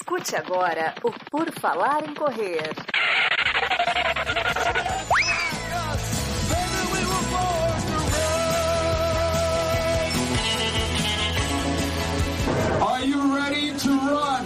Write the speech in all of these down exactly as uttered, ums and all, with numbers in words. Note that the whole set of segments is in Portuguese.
Escute agora o Por Falar em Correr. Are you ready to run?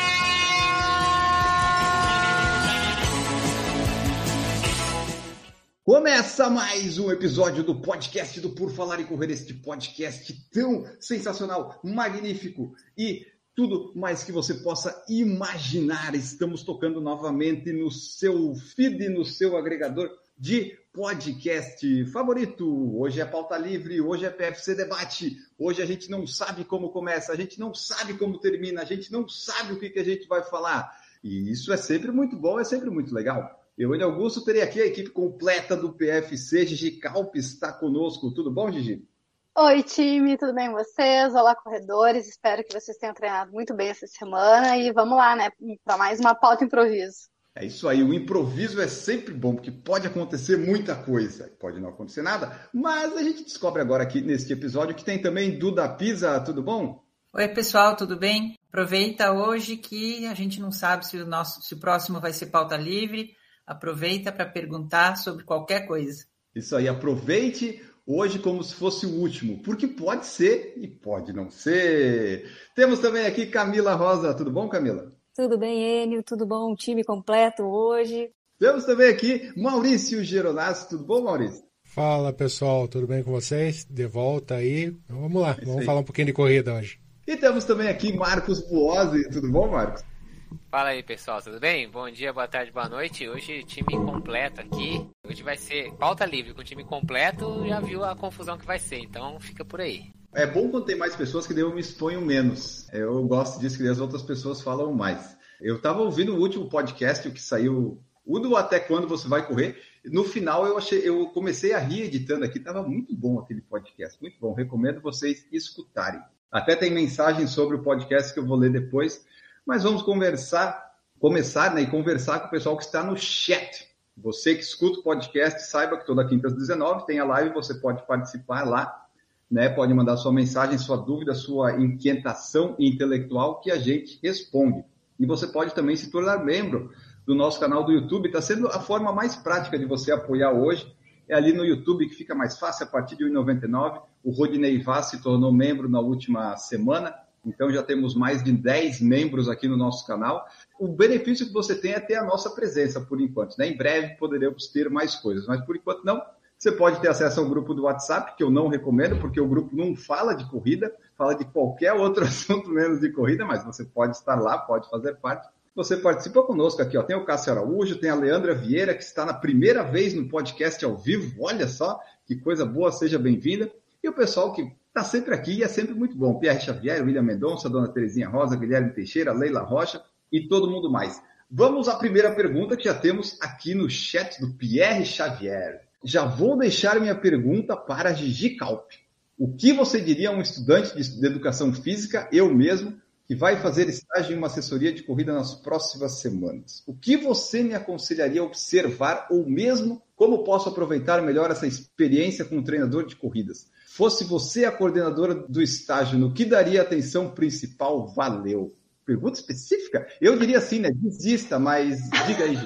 Começa mais um episódio do podcast do Por Falar em Correr, este podcast tão sensacional, magnífico e tudo mais que você possa imaginar. Estamos tocando novamente no seu feed, no seu agregador de podcast favorito. Hoje é pauta livre, hoje é P F C Debate, hoje a gente não sabe como começa, a gente não sabe como termina, a gente não sabe o que, que a gente vai falar. E isso é sempre muito bom, é sempre muito legal. Eu, Enio Augusto, terei aqui a equipe completa do P F C. Gigi Calpe está conosco. Tudo bom, Gigi? Oi, time, tudo bem com vocês? Olá, corredores. Espero que vocês tenham treinado muito bem essa semana. E vamos lá, né, para mais uma pauta improviso. É isso aí, o improviso é sempre bom, porque pode acontecer muita coisa. Pode não acontecer nada, mas a gente descobre agora aqui neste episódio que tem também Duda Pisa. Tudo bom? Oi, pessoal, tudo bem? Aproveita hoje que a gente não sabe se o, nosso, se o próximo vai ser pauta livre. Aproveita para perguntar sobre qualquer coisa. Isso aí, aproveite hoje como se fosse o último, porque pode ser e pode não ser. Temos também aqui Camila Rosa. Tudo bom, Camila? Tudo bem, Enio? Tudo bom? Time completo hoje. Temos também aqui Maurício Geronasso. Tudo bom, Maurício? Fala, pessoal. Tudo bem com vocês? De volta aí. Então, vamos lá, é vamos aí. falar um pouquinho de corrida hoje. E temos também aqui Marcos Buozzi. Tudo bom, Marcos? Fala aí, pessoal, tudo bem? Bom dia, boa tarde, boa noite. Hoje time completo aqui. Hoje vai ser pauta livre com time completo. Já viu a confusão que vai ser, então fica por aí. É bom quando tem mais pessoas que daí eu me exponho menos. Eu gosto disso, que as outras pessoas falam mais. Eu estava ouvindo o último podcast, o que saiu, o do Até Quando Você Vai Correr. No final eu achei, eu comecei a rir editando aqui, estava muito bom aquele podcast, muito bom. Recomendo vocês escutarem. Até tem mensagem sobre o podcast que eu vou ler depois. Mas vamos conversar, começar, né, e conversar com o pessoal que está no chat. Você que escuta o podcast, saiba que toda quinta às dezenove tem a live, você pode participar lá, né, pode mandar sua mensagem, sua dúvida, sua inquietação intelectual que a gente responde. E você pode também se tornar membro do nosso canal do YouTube. Está sendo a forma mais prática de você apoiar hoje. É ali no YouTube que fica mais fácil, a partir de um real e noventa e nove centavos. O Rodinei Vaz se tornou membro na última semana. Então já temos mais de dez membros aqui no nosso canal. O benefício que você tem é ter a nossa presença por enquanto, né? Em breve poderemos ter mais coisas, mas por enquanto não. Você pode ter acesso ao grupo do WhatsApp, que eu não recomendo, porque o grupo não fala de corrida, fala de qualquer outro assunto menos de corrida, mas você pode estar lá, pode fazer parte. Você participa conosco aqui, ó. Tem o Cássio Araújo, tem a Leandra Vieira, que está na primeira vez no podcast ao vivo. Olha só, que coisa boa, seja bem-vinda. E o pessoal que está sempre aqui e é sempre muito bom. Pierre Xavier, William Mendonça, Dona Terezinha Rosa, Guilherme Teixeira, Leila Rocha e todo mundo mais. Vamos à primeira pergunta que já temos aqui no chat do Pierre Xavier. Já vou deixar minha pergunta para Gigi Calpe. O que você diria a um estudante de educação física, eu mesmo, que vai fazer estágio em uma assessoria de corrida nas próximas semanas? O que você me aconselharia a observar ou mesmo como posso aproveitar melhor essa experiência com um treinador de corridas? Fosse você a coordenadora do estágio, no que daria atenção principal? Valeu. Pergunta específica? Eu diria assim, né? Desista, mas diga aí.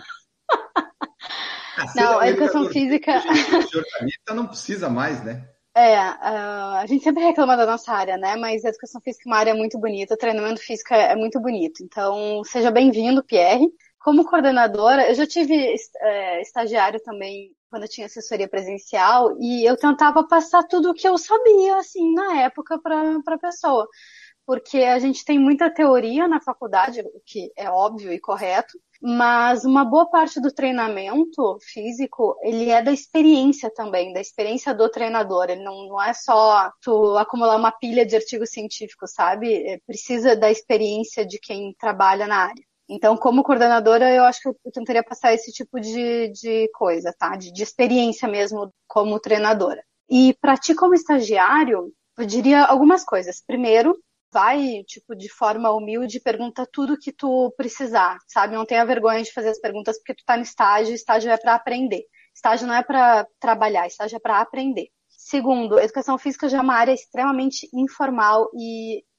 Ah, não, a educação física... Jornalista não precisa mais, né? É, uh, a gente sempre reclama da nossa área, né? Mas a educação física é uma área muito bonita, o treinamento físico é muito bonito. Então, seja bem-vindo, Pierre. Como coordenadora, eu já tive é, estagiário também quando eu tinha assessoria presencial e eu tentava passar tudo o que eu sabia, assim, na época para a pessoa. Porque a gente tem muita teoria na faculdade, o que é óbvio e correto, mas uma boa parte do treinamento físico, ele é da experiência também, da experiência do treinador. Ele não, não é só tu acumular uma pilha de artigos científicos, sabe? É, precisa da experiência de quem trabalha na área. Então, como coordenadora, eu acho que eu tentaria passar esse tipo de, de coisa, tá? De, de experiência mesmo como treinadora. E para ti, como estagiário, eu diria algumas coisas. Primeiro, vai, tipo, de forma humilde, pergunta tudo que tu precisar, sabe? Não tenha vergonha de fazer as perguntas, porque tu tá no estágio, estágio é para aprender. Estágio não é para trabalhar, estágio é para aprender. Segundo, educação física já é uma área extremamente informal e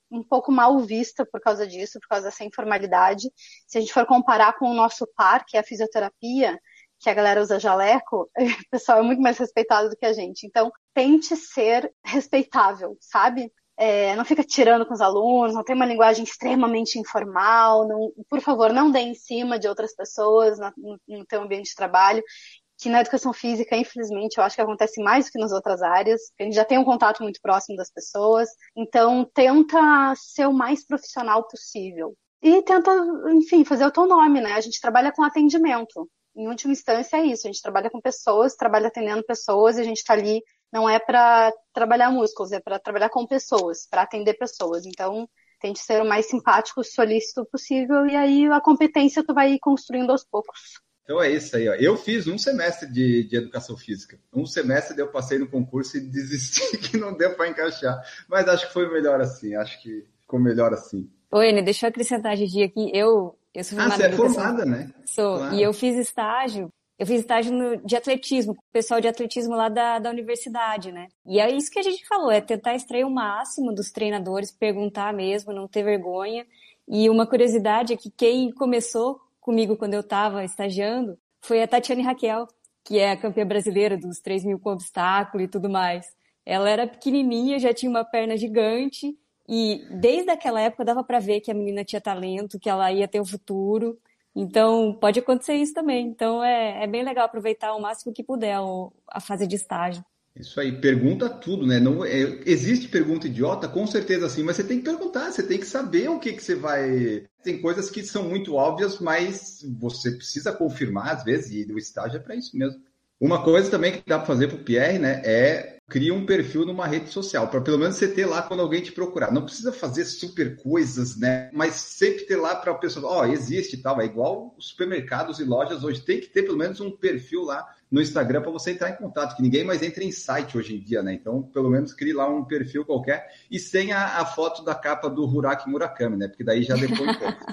um pouco mal vista por causa disso, por causa dessa informalidade. Se a gente for comparar com o nosso par, que é a fisioterapia, que a galera usa jaleco, o pessoal é muito mais respeitado do que a gente. Então, tente ser respeitável, sabe? É, não fica tirando com os alunos, não tem uma linguagem extremamente informal, não, por favor, não dê em cima de outras pessoas no, no teu ambiente de trabalho, que na educação física, infelizmente, eu acho que acontece mais do que nas outras áreas, a gente já tem um contato muito próximo das pessoas, então tenta ser o mais profissional possível. E tenta, enfim, fazer o teu nome, né? A gente trabalha com atendimento. Em última instância é isso, a gente trabalha com pessoas, trabalha atendendo pessoas e a gente está ali, não é para trabalhar músculos, é para trabalhar com pessoas, para atender pessoas. Então, tente ser o mais simpático, solícito possível e aí a competência tu vai ir construindo aos poucos. Então é isso aí, ó. Eu fiz um semestre de, de educação física. Um semestre eu passei no concurso e desisti que não deu para encaixar. Mas acho que foi melhor assim, acho que ficou melhor assim. Oi, Ene, deixa eu acrescentar, Gigi, aqui. Eu, eu sou formada Ah, você é educação... formada, né? Sou. Claro. E eu fiz estágio, eu fiz estágio no, de atletismo, com o pessoal de atletismo lá da, da universidade, né? E é isso que a gente falou, é tentar extrair o máximo dos treinadores, perguntar mesmo, não ter vergonha. E uma curiosidade é que quem começou comigo quando eu estava estagiando foi a Tatiane Raquel, que é a campeã brasileira dos três mil com obstáculo e tudo mais. Ela era pequenininha, já tinha uma perna gigante e desde aquela época dava para ver que a menina tinha talento, que ela ia ter um futuro. Então pode acontecer isso também. Então é, é bem legal aproveitar o máximo que puder o, a fase de estágio. Isso aí, pergunta tudo, né? Não, é, existe pergunta idiota? Com certeza sim, mas você tem que perguntar, você tem que saber o que, que você vai... Tem coisas que são muito óbvias, mas você precisa confirmar às vezes, e o estágio é para isso mesmo. Uma coisa também que dá para fazer para o Pierre, né, é criar um perfil numa rede social, para pelo menos você ter lá quando alguém te procurar. Não precisa fazer super coisas, né, mas sempre ter lá para a pessoa, ó, oh, existe e tal, é igual os supermercados e lojas hoje, tem que ter pelo menos um perfil lá no Instagram para você entrar em contato, que ninguém mais entra em site hoje em dia, né, então pelo menos crie lá um perfil qualquer e sem a, a foto da capa do Huraki Murakami, né, porque daí já depois um pouco.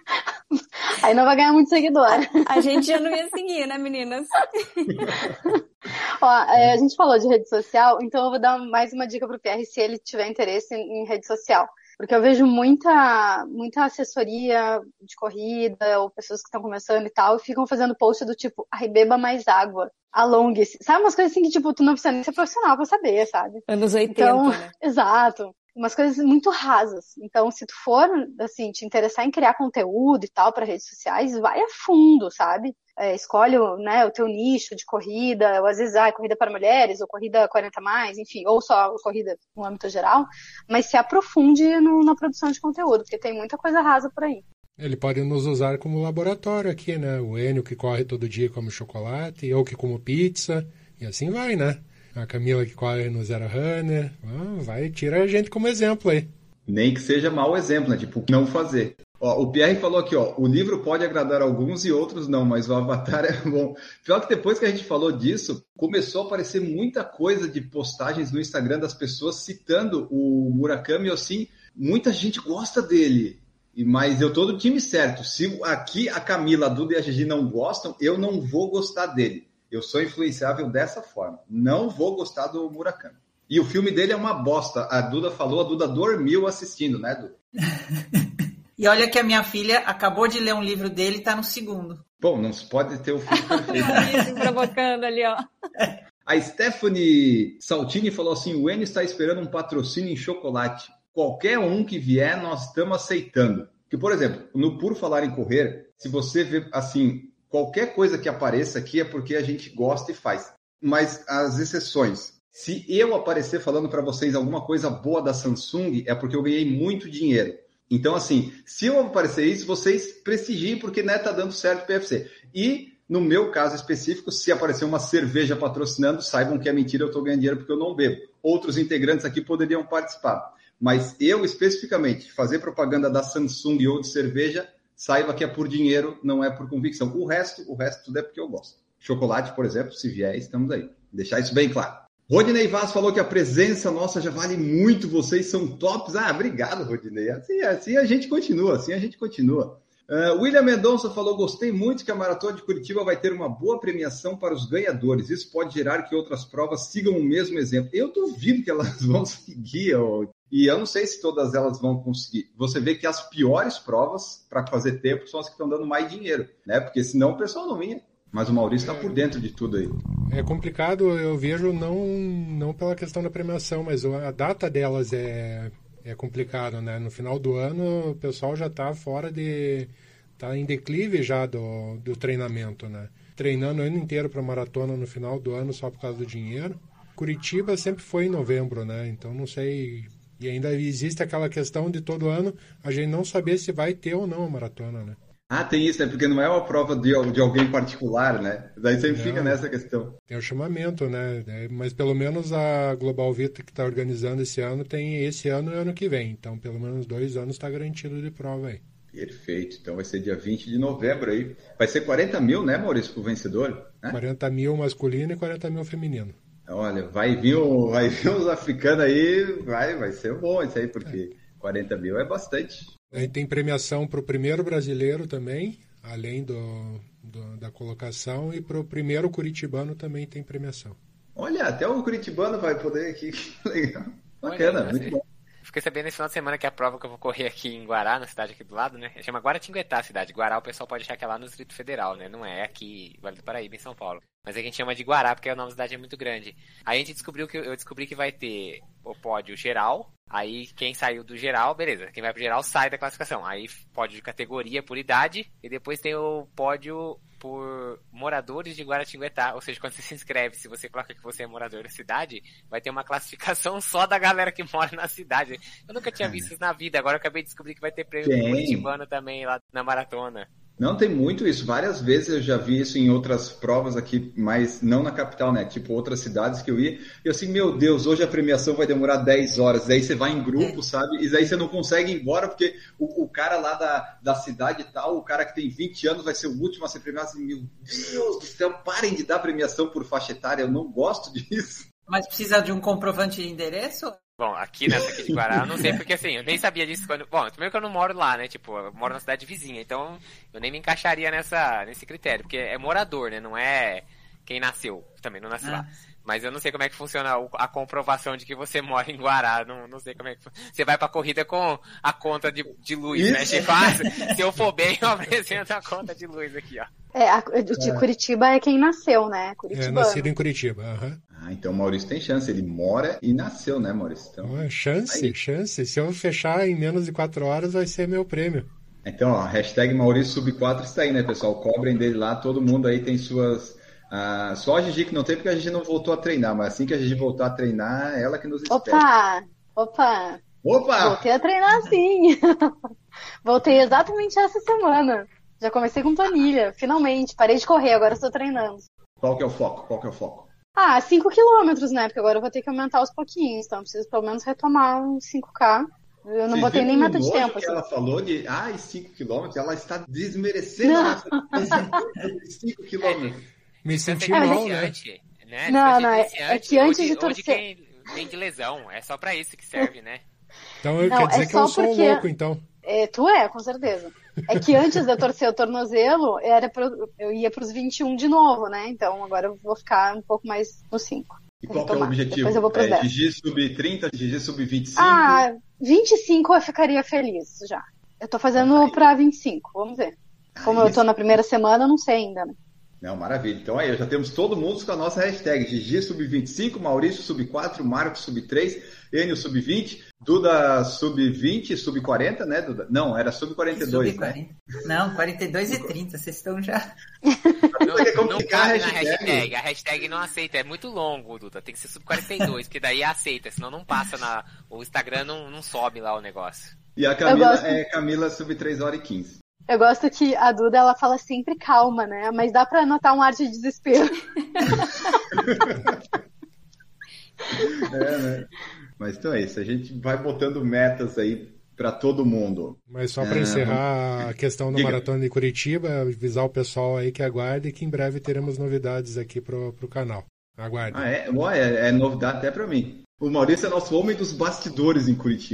Aí não vai ganhar muito seguidor. A gente já não ia seguir, né, meninas? Ó, a gente falou de rede social, então eu vou dar mais uma dica pro Pierre se ele tiver interesse em rede social. Porque eu vejo muita, muita assessoria de corrida, ou pessoas que estão começando e tal, e ficam fazendo post do tipo, ai, beba mais água, alongue-se. Sabe, umas coisas assim que, tipo, tu não precisa nem ser profissional pra saber, sabe? Anos oitenta, então, né? Exato. Umas coisas muito rasas. Então, se tu for, assim, te interessar em criar conteúdo e tal para redes sociais, vai a fundo, sabe? É, escolhe, né, o teu nicho de corrida, ou às vezes, ah, corrida para mulheres, ou corrida quarenta mais, enfim, ou só corrida no âmbito geral, mas se aprofunde no, na produção de conteúdo, porque tem muita coisa rasa por aí. Ele pode nos usar como laboratório aqui, né? O Enio que corre todo dia e come chocolate, eu que como pizza, e assim vai, né? A Camila que corre no Zero Runner, ah, vai, tira a gente como exemplo aí. Nem que seja mau exemplo, né? Tipo, não fazer. Ó, o Pierre falou aqui, ó, o livro pode agradar alguns e outros não, mas o Avatar é bom. Pior que depois que a gente falou disso, começou a aparecer muita coisa de postagens no Instagram das pessoas citando o Murakami, assim, muita gente gosta dele, mas eu tô do time certo. Se aqui a Camila, a Duda e a Gigi não gostam, eu não vou gostar dele. Eu sou influenciável dessa forma. Não vou gostar do Murakami. E o filme dele é uma bosta. A Duda falou, a Duda dormiu assistindo, né, Duda? E olha que a minha filha acabou de ler um livro dele e está no segundo. Bom, não se pode ter o filme perfeito. Isso, provocando ali, ó. A Stephanie Saltini falou assim, o Enio está esperando um patrocínio em chocolate. Qualquer um que vier, nós estamos aceitando. Que, por exemplo, no Por Falar em Correr, se você vê, assim... Qualquer coisa que apareça aqui é porque a gente gosta e faz. Mas as exceções. Se eu aparecer falando para vocês alguma coisa boa da Samsung, é porque eu ganhei muito dinheiro. Então, assim, se eu aparecer isso, vocês prestigiem, porque né, tá dando certo o P F C. E, no meu caso específico, se aparecer uma cerveja patrocinando, saibam que é mentira, eu estou ganhando dinheiro porque eu não bebo. Outros integrantes aqui poderiam participar. Mas eu, especificamente, fazer propaganda da Samsung ou de cerveja... Saiba que é por dinheiro, não é por convicção. O resto, o resto tudo é porque eu gosto. Chocolate, por exemplo, se vier, estamos aí. Deixar isso bem claro. Rodinei Vaz falou que a presença nossa já vale muito, vocês são tops. Ah, obrigado, Rodinei. Assim, assim a gente continua, assim a gente continua. Uh, William Mendonça falou, gostei muito que a Maratona de Curitiba vai ter uma boa premiação para os ganhadores. Isso pode gerar que outras provas sigam o mesmo exemplo. Eu duvido que elas vão seguir, ó, e eu não sei se todas elas vão conseguir. Você vê que as piores provas para fazer tempo são as que estão dando mais dinheiro, né? Porque senão o pessoal não vinha. Mas o Maurício está por dentro de tudo aí. É complicado, eu vejo não, não pela questão da premiação, mas a data delas é... É complicado, né? No final do ano, o pessoal já está fora de... Está em declive já do, do treinamento, né? Treinando o ano inteiro para maratona no final do ano só por causa do dinheiro. Curitiba sempre foi em novembro, né? Então, não sei... E ainda existe aquela questão de todo ano a gente não saber se vai ter ou não a maratona, né? Ah, tem isso, né? Porque não é uma prova de, de alguém particular, né? Daí sempre não, fica nessa questão. Tem o chamamento, né? Mas pelo menos a Global Vita que está organizando esse ano tem esse ano e ano que vem. Então, pelo menos dois anos está garantido de prova aí. Perfeito. Então vai ser dia vinte de novembro aí. Vai ser quarenta mil, né, Maurício, pro vencedor? Né? quarenta mil masculino e quarenta mil feminino. Olha, vai vir, o, vai vir os africanos aí, vai, vai ser bom isso aí, porque é. quarenta mil é bastante. Aí tem premiação para o primeiro brasileiro também, além do, do, da colocação, e para o primeiro curitibano também tem premiação. Olha, até o curitibano vai poder aqui. Legal. Bacana, Olha, muito bom. Fiquei sabendo esse final de semana que a prova que eu vou correr aqui em Guará, na cidade aqui do lado, né? Chama Guaratinguetá a cidade. Guará o pessoal pode achar que é lá no Distrito Federal, né? Não é aqui, Vale do Paraíba, em São Paulo. Mas é que a gente chama de Guará porque o nome da cidade é muito grande. Aí a gente descobriu que eu descobri que vai ter o pódio geral. Aí quem saiu do geral, beleza. Quem vai pro geral sai da classificação. Aí pódio de categoria por idade. E depois tem o pódio por moradores de Guaratinguetá. Ou seja, quando você se inscreve, se você coloca que você é morador da cidade, vai ter uma classificação só da galera que mora na cidade. Eu nunca tinha visto isso na vida. Agora eu acabei de descobrir que vai ter prêmio curitibano também lá na maratona. Não, tem muito isso. Várias vezes eu já vi isso em outras provas aqui, mas não na capital, né? Tipo, outras cidades que eu ia. E eu assim, meu Deus, hoje a premiação vai demorar dez horas. Daí você vai em grupo, sabe? E daí você não consegue ir embora, porque o, o cara lá da, da cidade e tal, o cara que tem vinte anos vai ser o último a ser premiado. Assim, meu Deus do céu, parem de dar premiação por faixa etária. Eu não gosto disso. Mas precisa de um comprovante de endereço? Bom, aqui nessa aqui de Guará, eu não sei porque assim, eu nem sabia disso quando... Bom, primeiro que eu não moro lá, né, tipo, eu moro na cidade vizinha, então eu nem me encaixaria nessa, nesse critério, porque é morador, né, não é quem nasceu, também não nasceu ah. lá. Mas eu não sei como é que funciona a comprovação de que você mora em Guará, não, não sei como é que... Você vai pra corrida com a conta de, de luz, Isso. né, tipo, ah, se eu for bem, eu apresento a conta de luz aqui, ó. É, a, de Curitiba é quem nasceu, né, Curitibano. É, nascido em Curitiba, aham. Uhum. Ah, então o Maurício tem chance, ele mora e nasceu, né, Maurício? Então, ah, chance, aí. chance. Se eu fechar em menos de quatro horas, vai ser meu prêmio. Então, ó, hashtag Maurício Sub quatro está aí, né, pessoal? Cobrem dele lá, todo mundo aí tem suas... Uh, só a Gigi que não tem, porque a Gigi não voltou a treinar, mas assim que a Gigi voltar a treinar, é ela que nos espera. Opa! Opa! Opa! Voltei a treinar sim! Voltei exatamente essa semana. Já comecei com planilha, finalmente. Parei de correr, agora estou treinando. Qual que é o foco? Qual que é o foco? Ah, cinco quilômetros, né? Porque agora eu vou ter que aumentar aos pouquinhos, então eu preciso pelo menos retomar uns cinco K. Eu não Vocês botei nem meta de tempo. Que assim. Ela falou de ah, cinco quilômetros, ela está desmerecendo essa cinco quilômetros. Me senti é, mal, né? né? Não, não, é, é que antes de, de torcer... Quem tem de lesão, é só pra isso que serve, né? Então não, quer dizer é que eu sou porque... louco, então. É, tu é, com certeza. É que antes de eu torcer o tornozelo, era pro, eu ia pros vinte e um de novo, né? Então agora eu vou ficar um pouco mais no cinco. E qual que é o objetivo? Depois eu vou pros é, Gigi sub trinta, Gigi sub vinte e cinco? Ah, vinte e cinco eu ficaria feliz já. Eu tô fazendo ah, pra vinte e cinco, vamos ver. Como ah, eu tô na primeira semana, eu não sei ainda, né? Não, maravilha. Então aí, já temos todo mundo com a nossa hashtag Gigi sub vinte e cinco, Maurício sub quatro, Marcos sub três, Enio sub vinte, Duda sub vinte, sub quarenta, né, Duda? Não, era sub quarenta e dois, sub quarenta. Né? Não, quarenta e dois e trinta, vocês estão já... Não, não cabe na hashtag, a hashtag não aceita, é muito longo, Duda, tem que ser sub quarenta e dois, porque daí aceita, senão não passa na... O Instagram não, não sobe lá o negócio. E a Camila gosto... é Camila sub três horas e quinze. Eu gosto que a Duda, ela fala sempre calma, né? Mas dá pra notar um ar de desespero. É, né? Mas então é isso. A gente vai botando metas aí pra todo mundo. Mas só pra é, encerrar vamos... a questão da Diga. Maratona de Curitiba, avisar o pessoal aí que aguarde que em breve teremos novidades aqui pro, pro canal. Aguarde. Ah, é? Ué, é, é novidade até pra mim. O Maurício é nosso homem dos bastidores em Curitiba.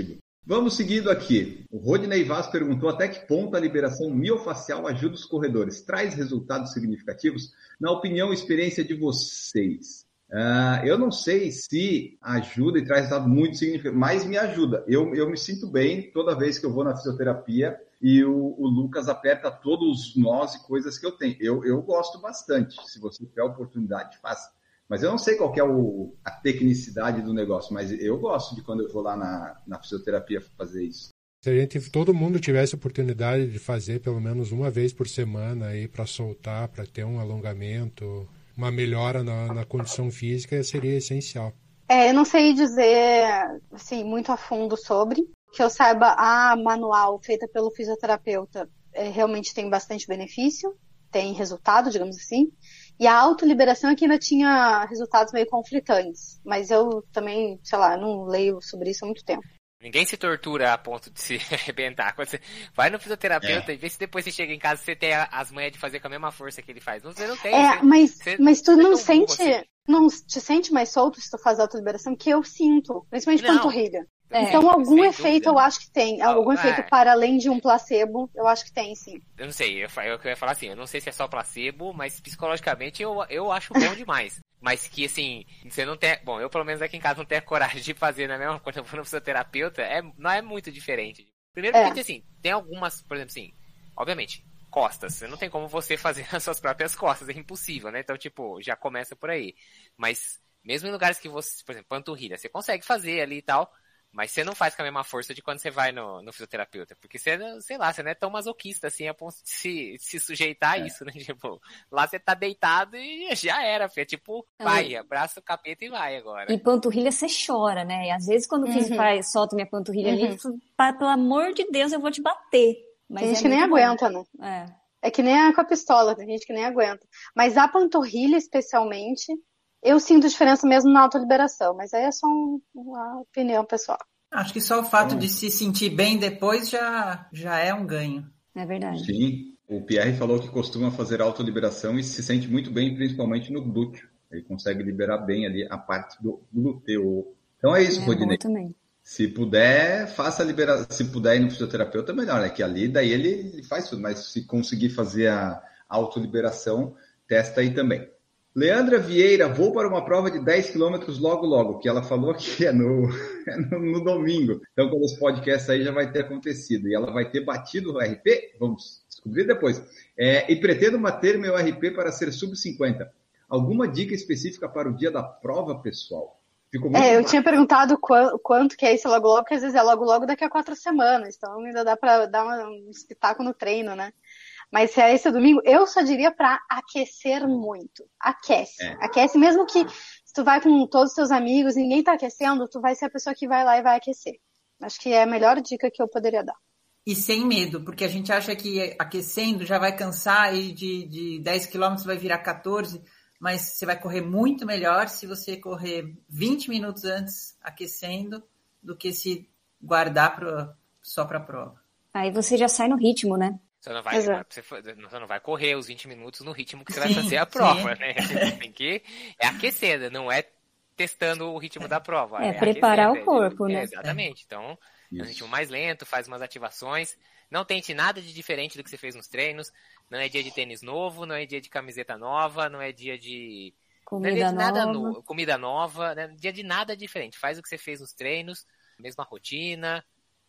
Vamos seguindo aqui. O Rodney Vaz perguntou até que ponto a liberação miofascial ajuda os corredores. Traz resultados significativos? Na opinião e experiência de vocês. Uh, eu não sei se ajuda e traz resultado muito significativo, mas me ajuda. Eu, eu me sinto bem toda vez que eu vou na fisioterapia e o, o Lucas aperta todos os nós e coisas que eu tenho. Eu, eu gosto bastante. Se você tiver a oportunidade, faça. Mas eu não sei qual que é o, a tecnicidade do negócio, mas eu gosto de quando eu vou lá na, na fisioterapia fazer isso. Se a gente, todo mundo tivesse a oportunidade de fazer pelo menos uma vez por semana aí para soltar, para ter um alongamento, uma melhora na, na condição física, seria essencial. É, eu não sei dizer assim, muito a fundo sobre. Que eu saiba, a manual feita pelo fisioterapeuta é, realmente tem bastante benefício, tem resultado, digamos assim. E a autoliberação é que ainda tinha resultados meio conflitantes. Mas eu também, sei lá, não leio sobre isso há muito tempo. Ninguém se tortura a ponto de se arrebentar. Quando você vai no fisioterapeuta é. e vê se depois você chega em casa você tem as manhas de fazer com a mesma força que ele faz. Você não tem. É, você, mas, você, mas tu você não é sente... Assim. Não te sente mais solto se tu faz autoliberação? Que eu sinto. Principalmente não. panturrilha. É, então, algum efeito dúvida. eu acho que tem. Algum ah, efeito é. para além de um placebo, eu acho que tem, sim. Eu não sei, eu, eu, eu ia falar assim, eu não sei se é só placebo, mas psicologicamente eu, eu acho bom demais. Mas que, assim, você não tem... Bom, eu pelo menos aqui em casa não tenho a coragem de fazer na mesma quando eu vou no fisioterapeuta, é, não é muito diferente. Primeiro porque, é. assim, tem algumas, por exemplo, assim, obviamente, costas. Você não tem como você fazer as suas próprias costas, é impossível, né? Então, tipo, já começa por aí. Mas, mesmo em lugares que você, por exemplo, panturrilha, você consegue fazer ali e tal... Mas você não faz com a mesma força de quando você vai no, no fisioterapeuta. Porque você, sei lá, você não é tão masoquista assim a ponto de se, se sujeitar a é. isso, né? Tipo, lá você tá deitado e já era, filho. É tipo, vai, abraça o capeta e vai agora. E panturrilha você chora, né? E às vezes quando o físico uhum. faz, solta minha panturrilha uhum. ali, eu falo, pelo amor de Deus, eu vou te bater. Mas tem gente é que nem bom. aguenta, né? É. É que nem a, com a pistola, tem gente que nem aguenta. Mas a panturrilha, especialmente... Eu sinto diferença mesmo na autoliberação, mas aí é só um, uma opinião pessoal. Acho que só o fato hum. de se sentir bem depois já, já é um ganho. É verdade. Sim, o Pierre falou que costuma fazer autoliberação e se sente muito bem, principalmente no glúteo. Ele consegue liberar bem ali a parte do glúteo. Então é isso, é, Rodinei. Também. Se puder, faça a liberação. Se puder ir no fisioterapeuta, melhor, né? Que ali, daí ele faz tudo. Mas se conseguir fazer a autoliberação, testa aí também. Leandra Vieira, vou para uma prova de dez quilômetros logo, logo, que ela falou que é no, é no, no domingo. Então, quando esse podcast aí já vai ter acontecido. E ela vai ter batido o R P, vamos descobrir depois. É, e pretendo bater meu R P para ser sub cinquenta. Alguma dica específica para o dia da prova, pessoal? Ficou muito é, eu tinha perguntado quanto, quanto que é esse logo, logo, porque às vezes é logo, logo daqui a quatro semanas. Então, ainda dá para dar um espetáculo no treino, né? Mas se é esse domingo, eu só diria pra aquecer muito. Aquece. É. Aquece, mesmo que se tu vai com todos os teus amigos, ninguém tá aquecendo, tu vai ser a pessoa que vai lá e vai aquecer. Acho que é a melhor dica que eu poderia dar. E sem medo, porque a gente acha que aquecendo já vai cansar e de, de dez quilômetros vai virar quatorze, mas você vai correr muito melhor se você correr vinte minutos antes aquecendo do que se guardar pro, só pra prova. Aí você já sai no ritmo, né? Você não, vai, você, você não vai correr os vinte minutos no ritmo que você sim, vai fazer a prova, sim. né? Você tem que... É aquecendo, não é testando o ritmo da prova. É, é preparar o corpo, é, né? É, exatamente. Então, é um ritmo mais lento, faz umas ativações. Não tente nada de diferente do que você fez nos treinos. Não é dia de tênis novo, não é dia de camiseta nova, não é dia de... Comida não é dia de nada nova. No... Comida nova, né? Dia de nada diferente. Faz o que você fez nos treinos, mesma rotina...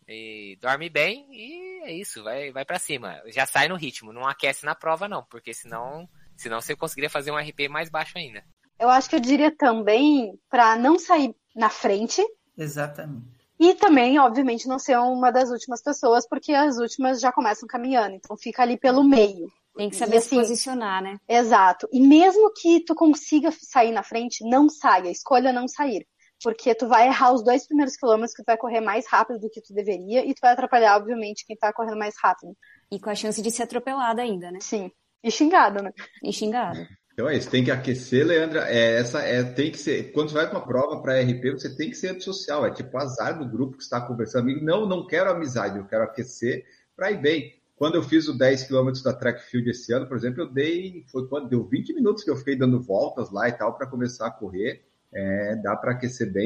E dorme bem e é isso, vai, vai pra cima. Já sai no ritmo, não aquece na prova não, porque senão, senão você conseguiria fazer um R P mais baixo ainda. Eu acho que eu diria também pra não sair na frente. Exatamente. E também, obviamente, não ser uma das últimas pessoas, porque as últimas já começam caminhando, então fica ali pelo meio. Tem que saber e, assim, se posicionar, né? Exato. E mesmo que tu consiga sair na frente, não saia, escolha não sair. Porque tu vai errar os dois primeiros quilômetros que tu vai correr mais rápido do que tu deveria e tu vai atrapalhar, obviamente, quem tá correndo mais rápido. E com a chance de ser atropelada ainda, né? Sim. E xingada, né? E xingada. Então é isso, tem que aquecer, Leandra. É, essa, é, tem que ser, quando você vai para uma prova para R P, você tem que ser antissocial. É tipo azar do grupo que está conversando comigo. Não, não quero amizade, eu quero aquecer para ir bem. Quando eu fiz o dez quilômetros da Track Field esse ano, por exemplo, eu dei, foi quando deu vinte minutos que eu fiquei dando voltas lá e tal para começar a correr. É, dá para aquecer bem.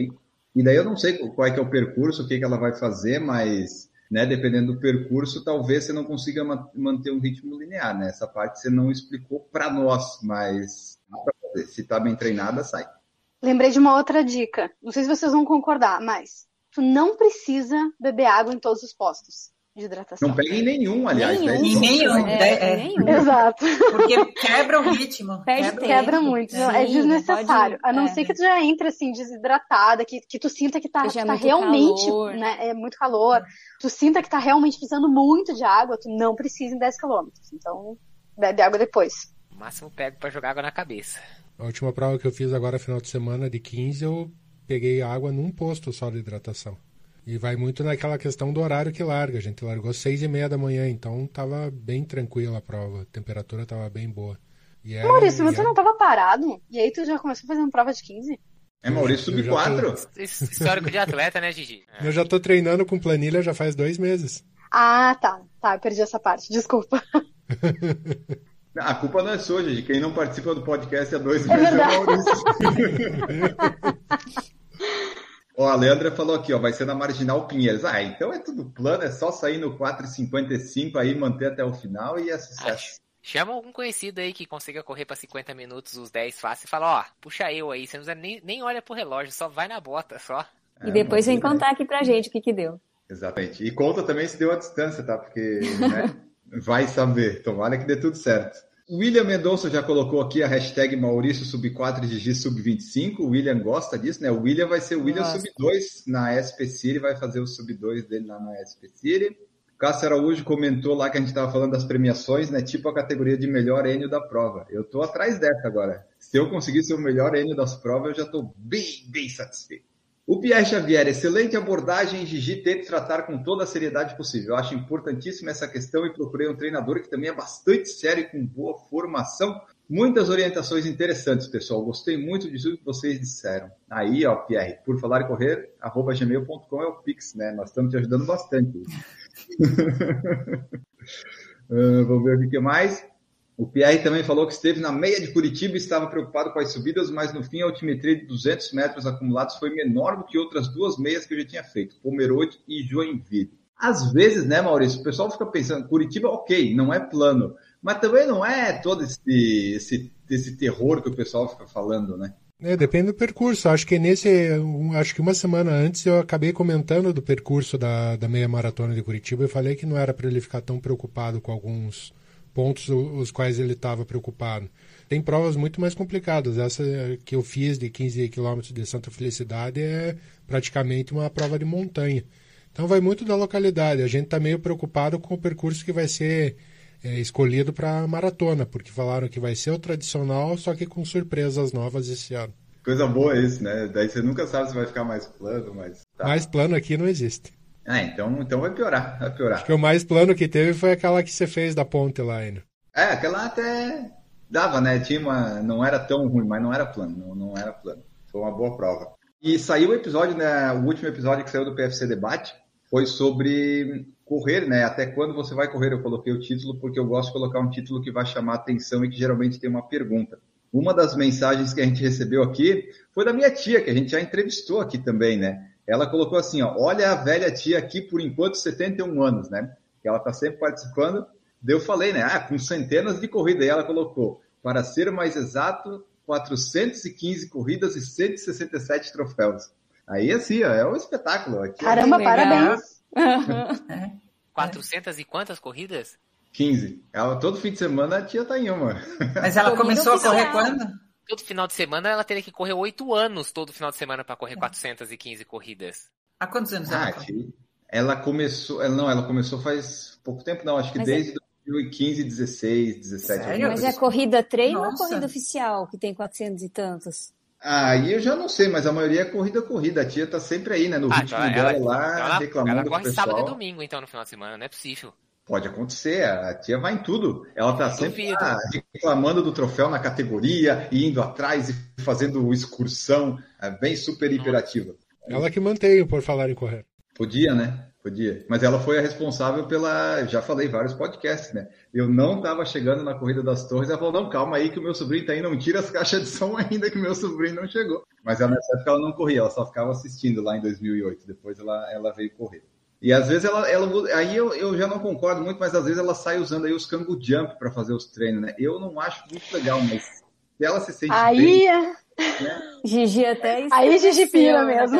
E daí eu não sei qual é que é o percurso, o que, que ela vai fazer, mas, né, dependendo do percurso, talvez você não consiga ma- manter um ritmo linear, né? Essa parte você não explicou para nós, mas dá pra fazer. Se tá bem treinada, sai. Lembrei de uma outra dica. Não sei se vocês vão concordar, mas tu não precisa beber água em todos os postos de hidratação. Não pega em nenhum, aliás. Nenhum. né? Em nenhum, É, né? É. nenhum. Exato. Porque quebra o ritmo. Perde quebra, tempo. Quebra muito. Sim, é desnecessário. pode- A não é. ser que tu já entre assim, desidratada, que, que tu sinta que tá, Seja que tá muito realmente, calor. né? É muito calor. Tu sinta que tá realmente precisando muito de água, tu não precisa em dez quilômetros. Então, bebe água depois. No máximo pego pra jogar água na cabeça. A última prova que eu fiz agora, final de semana, de quinze, eu peguei água num posto só de hidratação. E vai muito naquela questão do horário que larga. A gente largou seis e meia da manhã, então tava bem tranquila a prova. A temperatura tava bem boa. E é, Maurício, mas e tu é- não tava parado? E aí tu já começou fazendo prova de quinze? É Maurício Eu sub já quatro. Esse histórico de atleta, né, Gigi? É. Eu já tô treinando com planilha já faz dois meses. Ah, tá. Tá, eu perdi essa parte. Desculpa. A culpa não é sua, gente. Quem não participa do podcast há dois É meses é o verdade. Maurício. Ó, a Leandra falou aqui, ó, vai ser na Marginal Pinheiros. Ah, então é tudo plano, é só sair no quatro e cinquenta e cinco aí, manter até o final e é sucesso. Chama algum conhecido aí que consiga correr pra cinquenta minutos, os dez fácil, e fala, ó, puxa eu aí, você não precisa nem, nem olha pro relógio, só vai na bota, só. E depois É, vem uma- contar aqui pra gente o que que deu. Exatamente. E conta também se deu a distância, tá? Porque, né, vai saber. Tomara que dê tudo certo. O William Mendonça já colocou aqui a hashtag Maurício sub quatro e Gigi sub vinte e cinco. O William gosta disso, né? O William vai ser o William Gosta. sub dois na S P City, vai fazer o sub dois dele lá na S P City. O Cássio Araújo comentou lá que a gente estava falando das premiações, né? Tipo a categoria de melhor Enio da prova. Eu tô atrás dessa agora. Se eu conseguir ser o melhor Enio das provas, eu já tô bem, bem satisfeito. O Pierre Xavier, excelente abordagem, Gigi, tente tratar com toda a seriedade possível. Eu acho importantíssima essa questão e procurei um treinador que também é bastante sério e com boa formação. Muitas orientações interessantes, pessoal. Gostei muito de tudo que vocês disseram. Aí, ó, Pierre, por falar e correr, arroba gmail ponto com é o Pix, né? Nós estamos te ajudando bastante. uh, vamos ver o que mais. O Pierre também falou que esteve na meia de Curitiba e estava preocupado com as subidas, mas no fim a altimetria de duzentos metros acumulados foi menor do que outras duas meias que eu já tinha feito, Pomerode e Joinville. Às vezes, né, Maurício, o pessoal fica pensando, Curitiba, ok, não é plano, mas também não é todo esse, esse, esse terror que o pessoal fica falando, né? É, depende do percurso. Acho que nesse, um, acho que uma semana antes eu acabei comentando do percurso da, da meia maratona de Curitiba e falei que não era para ele ficar tão preocupado com alguns pontos os quais ele estava preocupado. Tem provas muito mais complicadas. Essa que eu fiz de quinze quilômetros de Santa Felicidade é praticamente uma prova de montanha. Então vai muito da localidade. A gente está meio preocupado com o percurso que vai ser é, escolhido para a maratona, porque falaram que vai ser o tradicional, só que com surpresas novas esse ano. Coisa boa isso, né? Daí você nunca sabe se vai ficar mais plano, mas... Tá. Mais plano aqui não existe. Ah, então, então vai piorar, vai piorar. Acho que o mais plano que teve foi aquela que você fez da ponte lá, ainda. É, aquela até dava, né? Tinha uma... Não era tão ruim, mas não era plano, não, não era plano. Foi uma boa prova. E saiu o episódio, né? O último episódio que saiu do P F C Debate foi sobre correr, né? Até quando você vai correr? Eu coloquei o título porque eu gosto de colocar um título que vai chamar atenção e que geralmente tem uma pergunta. Uma das mensagens que a gente recebeu aqui foi da minha tia, que a gente já entrevistou aqui também, né? Ela colocou assim, ó, olha a velha tia aqui por enquanto setenta e um anos, né? Que ela tá sempre participando. Daí eu falei, né? Ah, com centenas de corridas. E ela colocou, para ser mais exato, quatrocentas e quinze corridas e cento e sessenta e sete troféus. Aí assim, ó, é um espetáculo. Aqui, Caramba, legal. parabéns. quatrocentas e quantas corridas? quinze. Ela, todo fim de semana a tia tá em uma. Mas ela Corrida começou a correr oficial. quando? Todo final de semana ela teria que correr oito anos todo final de semana para correr quatrocentas e quinze corridas. Há quantos anos Ah, ela corre? tia. Ela começou, ela, não, ela começou faz pouco tempo, não, acho que Mas desde dois mil e quinze, dezesseis, dezessete. Sério? Mas é corrida treino ou Nossa. corrida oficial, que tem quatrocentos e tantos? Aí eu já não sei, mas a maioria é corrida corrida. A tia tá sempre aí, né? No Ah, ritmo então dela ela, lá, então ela, reclamando ela com o corre pessoal. sábado e domingo então no final de semana, não é possível. Pode acontecer, a tia vai em tudo. Ela tá sempre Duvido. lá, reclamando do troféu na categoria, e indo atrás e fazendo excursão, é bem super hiperativa. Ela que mantém o por falar em correr. Podia, né? Podia. Mas ela foi a responsável pela... Já falei vários podcasts, né? Eu não estava chegando na Corrida das Torres. Ela falou, não, calma aí que o meu sobrinho tá aí. Não tira as caixas de som ainda que o meu sobrinho não chegou. Mas ela, nessa época ela não corria. Ela só ficava assistindo lá em dois mil e oito. Depois ela, ela veio correr. E às vezes ela... ela aí eu, eu já não concordo muito, mas às vezes ela sai usando aí os Kangoo Jump para fazer os treinos, né? Eu não acho muito legal, mas se ela se sente aí... bem... Né? Gigi até aí Gigi pira mesmo.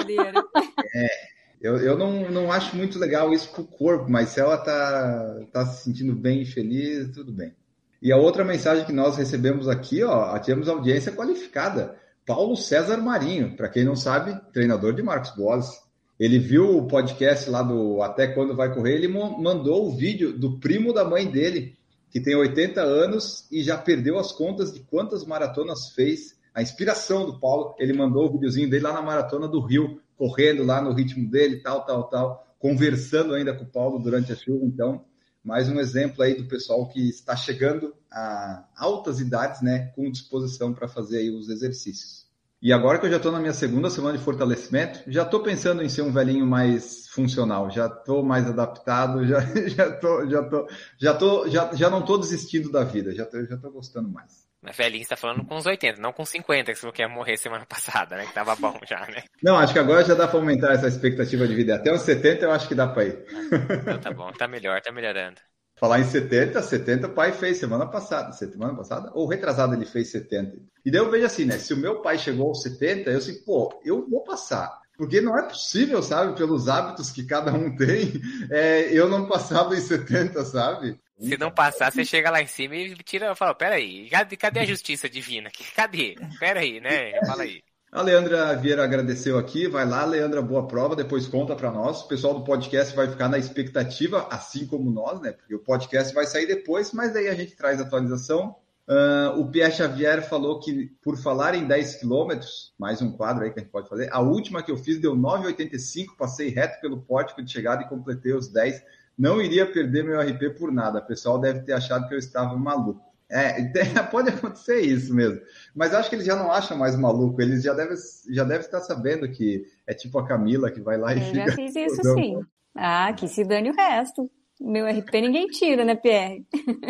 É... Eu, eu não, não acho muito legal isso pro corpo, mas se ela tá, tá se sentindo bem e feliz, tudo bem. E a outra mensagem que nós recebemos aqui, ó, temos audiência qualificada. Paulo César Marinho, para quem não sabe, treinador de Marcos Boas. Ele viu o podcast lá do Até Quando Vai Correr, ele mandou o vídeo do primo da mãe dele, que tem oitenta anos e já perdeu as contas de quantas maratonas fez. A inspiração do Paulo, ele mandou o videozinho dele lá na Maratona do Rio, correndo lá no ritmo dele, tal, tal, tal, conversando ainda com o Paulo durante a chuva. Então, mais um exemplo aí do pessoal que está chegando a altas idades, né, com disposição para fazer aí os exercícios. E agora que eu já estou na minha segunda semana de fortalecimento, já estou pensando em ser um velhinho mais funcional, já estou mais adaptado, já já tô, já tô, já tô, já, já não estou desistindo da vida, já tô, já estou gostando mais. Mas velhinho, você tá falando com uns oitenta, não com cinquenta, que você quer morrer semana passada, né? Que tava bom já, né? Não, acho que agora já dá para aumentar essa expectativa de vida. Até uns setenta eu acho que dá para ir. Então tá bom, tá melhor, tá melhorando. Falar em setenta, setenta o pai fez semana passada. Semana passada? Ou retrasada ele fez setenta. E daí eu vejo assim, né? Se o meu pai chegou aos setenta, eu assim, pô, eu vou passar. Porque não é possível, sabe? Pelos hábitos que cada um tem, é, eu não passar dos setenta, sabe? Se não passar, você chega lá em cima e tira, fala, peraí, cadê a justiça divina? Cadê? Peraí, né? Fala aí. A Leandra Vieira agradeceu aqui, vai lá, Leandra, boa prova, depois conta para nós. O pessoal do podcast vai ficar na expectativa, assim como nós, né? Porque o podcast vai sair depois, mas daí a gente traz atualização. Uh, o Pierre Xavier falou que, por falar em dez quilômetros, mais um quadro aí que a gente pode fazer, a última que eu fiz deu nove e oitenta e cinco, passei reto pelo pórtico de chegada e completei os dez. Não iria perder meu R P por nada. O pessoal deve ter achado que eu estava maluco. É, pode acontecer isso mesmo. Mas eu acho que eles já não acham mais maluco. Eles já devem, já devem estar sabendo que é tipo a Camila que vai lá e eu fica... Eu já fiz isso sim. Ah, que se dane o resto. Meu R P ninguém tira, né, Pierre?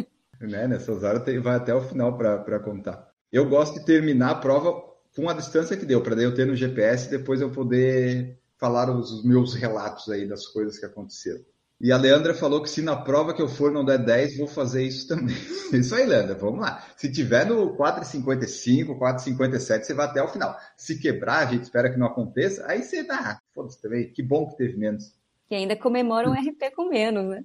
Né, nessas horas tem, vai até o final para contar. Eu gosto de terminar a prova com a distância que deu, para daí eu ter no G P S e depois eu poder falar os, os meus relatos aí das coisas que aconteceram. E a Leandra falou que se na prova que eu for não der dez, vou fazer isso também. Isso aí, Leandra, vamos lá. Se tiver no quatro e cinquenta e cinco, quatro e cinquenta e sete, você vai até o final. Se quebrar, a gente espera que não aconteça, aí você dá. Foda-se também, que bom que teve menos. E ainda comemora um R P com menos, né?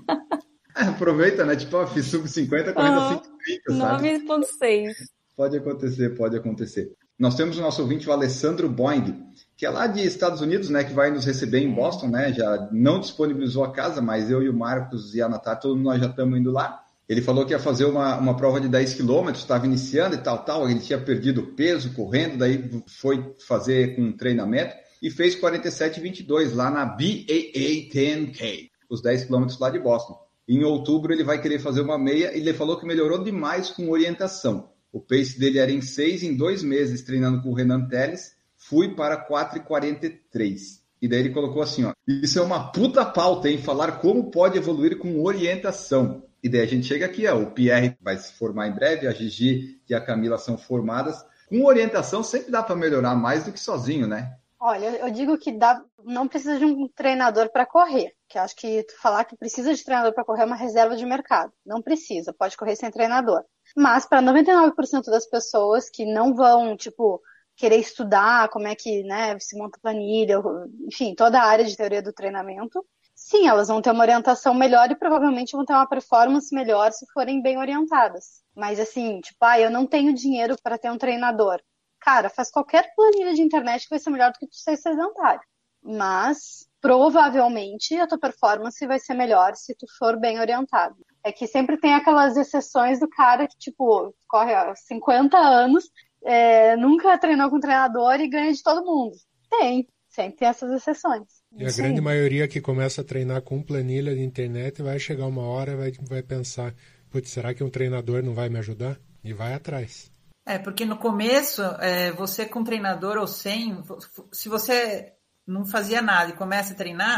É, aproveita, né? Tipo, ó, fiz sub cinquenta, correndo a cinco e trinta, sabe? nove vírgula seis. Pode acontecer, pode acontecer. Nós temos o nosso ouvinte, o Alessandro Boing, que é lá de Estados Unidos, né, que vai nos receber em Boston, né, já não disponibilizou a casa, mas eu e o Marcos e a Natália, todos nós já estamos indo lá. Ele falou que ia fazer uma, uma prova de dez quilômetros, estava iniciando e tal, tal, ele tinha perdido peso correndo, daí foi fazer com treinamento e fez quarenta e sete e vinte e dois lá na B A A dez K, os dez quilômetros lá de Boston. Em outubro ele vai querer fazer uma meia e ele falou que melhorou demais com orientação. O pace dele era em seis, em dois meses treinando com o Renan Teles, fui para quatro e quarenta e três. E daí ele colocou assim, ó, isso é uma puta pauta, hein? Falar como pode evoluir com orientação. E daí a gente chega aqui, ó, o Pierre vai se formar em breve, a Gigi e a Camila são formadas. Com orientação sempre dá para melhorar mais do que sozinho, né? Olha, eu digo que dá, não precisa de um treinador para correr, que acho que tu falar que precisa de treinador para correr é uma reserva de mercado. Não precisa, pode correr sem treinador. Mas para noventa e nove por cento das pessoas que não vão, tipo, querer estudar como é que, né, se monta planilha, enfim, toda a área de teoria do treinamento, sim, elas vão ter uma orientação melhor e provavelmente vão ter uma performance melhor se forem bem orientadas. Mas assim, tipo, ah, eu não tenho dinheiro para ter um treinador. Cara, faz qualquer planilha de internet que vai ser melhor do que tu ser sedentário. Mas, provavelmente, a tua performance vai ser melhor se tu for bem orientado. É que sempre tem aquelas exceções do cara que, tipo, corre há cinquenta anos, é, nunca treinou com treinador e ganha de todo mundo. Tem, sempre tem essas exceções. E a Sim. grande maioria que começa a treinar com planilha de internet vai chegar uma hora e vai, vai pensar, putz, será que um treinador não vai me ajudar? E vai atrás. É, porque no começo, é, você com treinador ou sem, se você não fazia nada e começa a treinar,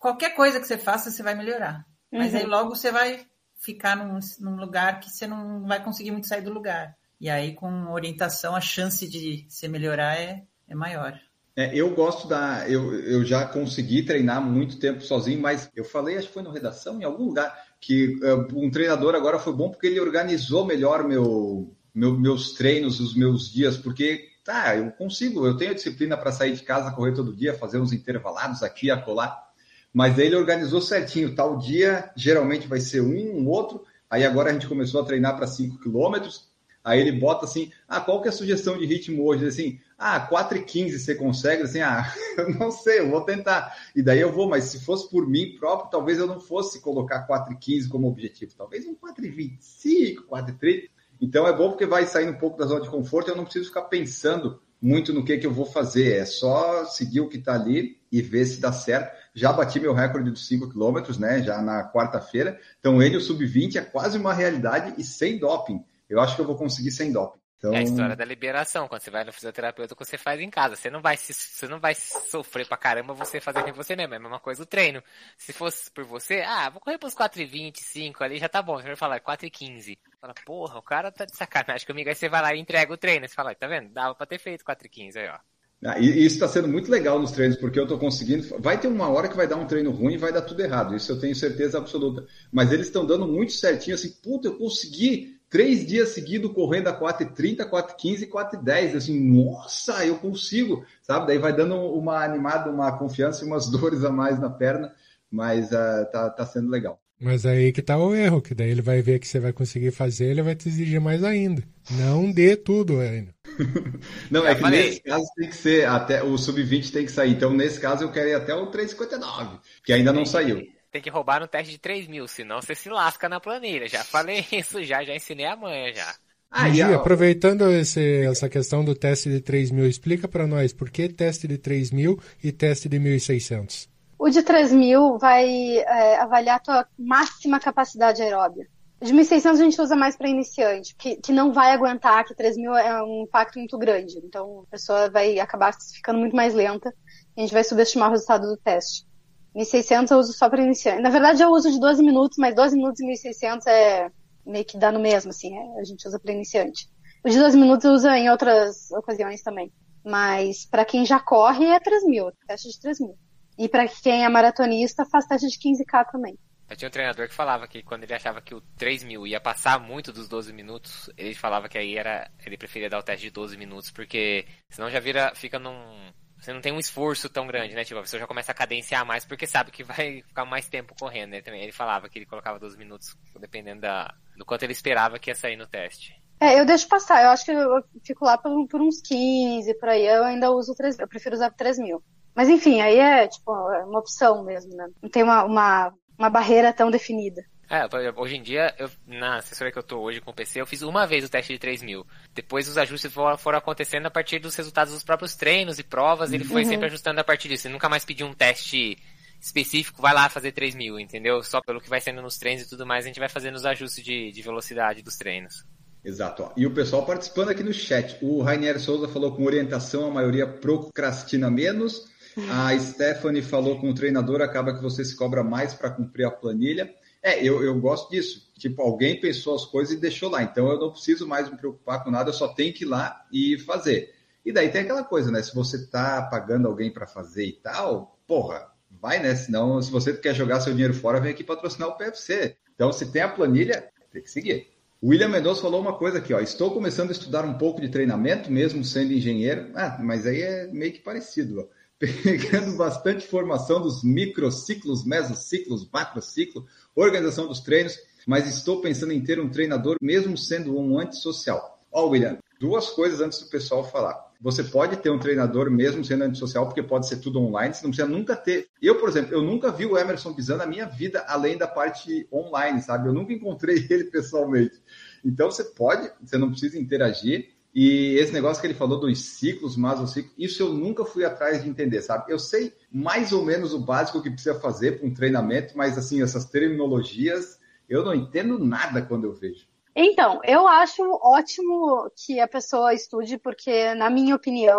qualquer coisa que você faça, você vai melhorar. Uhum. Mas aí logo você vai ficar num, num lugar que você não vai conseguir muito sair do lugar. E aí, com orientação, a chance de você melhorar é, é maior. É, eu gosto da... Eu, eu já consegui treinar muito tempo sozinho, mas eu falei, acho que foi na redação, em algum lugar, que uh, um treinador agora foi bom porque ele organizou melhor meu, meu, meus treinos, os meus dias, porque, tá, eu consigo, eu tenho disciplina para sair de casa, correr todo dia, fazer uns intervalados aqui, acolá, mas ele organizou certinho, tal dia geralmente vai ser um, um outro, aí agora a gente começou a treinar para cinco quilômetros, aí ele bota assim, ah, qual que é a sugestão de ritmo hoje? Assim, ah, quatro e quinze você consegue? Assim, ah, eu não sei, eu vou tentar. E daí eu vou, mas se fosse por mim próprio, talvez eu não fosse colocar quatro e quinze como objetivo. Talvez um quatro e vinte e cinco, quatro e trinta. Então é bom porque vai saindo um pouco da zona de conforto, eu não preciso ficar pensando muito no que, que eu vou fazer. É só seguir o que está ali e ver se dá certo. Já bati meu recorde dos cinco quilômetros, né? Já na quarta-feira. Então ele, o sub vinte, é quase uma realidade e sem doping. Eu acho que eu vou conseguir sem doping. Então... É a história da liberação. Quando você vai no fisioterapeuta, você faz em casa. Você não vai, se, você não vai sofrer pra caramba você fazendo em você mesmo. É a mesma coisa o treino. Se fosse por você, ah, vou correr pros quatro e vinte, cinco ali, já tá bom. Você vai falar quatro e quinze. Fala, porra, o cara tá de sacanagem comigo. Aí você vai lá e entrega o treino. Você fala, tá vendo? Dava pra ter feito quatro e quinze aí, ó. Ah, e isso está sendo muito legal nos treinos, porque eu estou conseguindo... Vai ter uma hora que vai dar um treino ruim e vai dar tudo errado. Isso eu tenho certeza absoluta. Mas eles estão dando muito certinho, assim, puta, eu consegui... Três dias seguidos correndo a quatro e trinta, quatro e quinze e quatro e dez. Assim, nossa, eu consigo, sabe? Daí vai dando uma animada, uma confiança e umas dores a mais na perna, mas uh, tá, tá sendo legal. Mas aí que tá o erro, que daí ele vai ver que você vai conseguir fazer, ele vai te exigir mais ainda. Não dê tudo ainda. Não, é que nesse caso tem que ser, até o sub vinte tem que sair. Então, nesse caso, eu quero ir até o três e cinquenta e nove, que ainda não saiu. Tem que roubar no teste de três mil, senão você se lasca na planilha. Já falei isso, já, já ensinei a manha já. Ah, e a... aproveitando esse, essa questão do teste de três mil, explica para nós por que teste de três mil e teste de mil e seiscentos? O de três mil vai é, avaliar a tua máxima capacidade aeróbia. O de mil e seiscentos a gente usa mais para iniciante, que, que não vai aguentar, que três mil é um impacto muito grande. Então a pessoa vai acabar ficando muito mais lenta e a gente vai subestimar o resultado do teste. mil e seiscentos eu uso só para iniciante. Na verdade, eu uso de doze minutos, mas doze minutos e mil e seiscentos é meio que dá no mesmo, assim, é, a gente usa para iniciante. O de doze minutos eu uso em outras ocasiões também. Mas para quem já corre é três mil, teste de três mil. E para quem é maratonista, faz teste de quinze K também. Eu tinha um treinador que falava que quando ele achava que o três mil ia passar muito dos doze minutos, ele falava que aí era, ele preferia dar o teste de doze minutos, porque senão já vira, fica num... Você não tem um esforço tão grande, né? Tipo, a pessoa já começa a cadenciar mais porque sabe que vai ficar mais tempo correndo, né? Também ele falava que ele colocava doze minutos, dependendo da, do quanto ele esperava que ia sair no teste. É, eu deixo passar. Eu acho que eu fico lá por, por uns quinze, por aí. Eu ainda uso três mil. Eu prefiro usar três mil. Mas enfim, aí é, tipo, é uma opção mesmo, né? Não tem uma, uma, uma barreira tão definida. É, hoje em dia, eu, na assessoria que eu tô hoje com o P C, eu fiz uma vez o teste de três mil. Depois os ajustes foram, foram acontecendo a partir dos resultados dos próprios treinos e provas, ele foi uhum. sempre ajustando a partir disso. Ele nunca mais pediu um teste específico, vai lá fazer três mil, entendeu? Só pelo que vai sendo nos treinos e tudo mais, a gente vai fazendo os ajustes de, de velocidade dos treinos. Exato. Ó. E o pessoal participando aqui no chat. O Rainier Souza falou com orientação, a maioria procrastina menos. A Stephanie falou com o treinador, acaba que você se cobra mais para cumprir a planilha. É, eu, eu gosto disso. Tipo, alguém pensou as coisas e deixou lá. Então, eu não preciso mais me preocupar com nada, eu só tenho que ir lá e fazer. E daí tem aquela coisa, né? Se você tá pagando alguém para fazer e tal, porra, vai, né? Senão, se você quer jogar seu dinheiro fora, vem aqui patrocinar o P F C. Então, se tem a planilha, tem que seguir. O William Mendonça falou uma coisa aqui, ó. Estou começando a estudar um pouco de treinamento, mesmo sendo engenheiro. Ah, mas aí é meio que parecido, ó. Pegando bastante informação dos microciclos, mesociclos, macrociclo, organização dos treinos, mas estou pensando em ter um treinador mesmo sendo um antissocial. Ó, William, duas coisas antes do pessoal falar. Você pode ter um treinador mesmo sendo antissocial, porque pode ser tudo online, você não precisa nunca ter... Eu, por exemplo, eu nunca vi o Emerson Bizan na minha vida, além da parte online, sabe? Eu nunca encontrei ele pessoalmente. Então, você pode, você não precisa interagir. E esse negócio que ele falou dos ciclos, mesociclos, isso eu nunca fui atrás de entender, sabe? Eu sei mais ou menos o básico que precisa fazer para um treinamento, mas, assim, essas terminologias, eu não entendo nada quando eu vejo. Então, eu acho ótimo que a pessoa estude, porque, na minha opinião,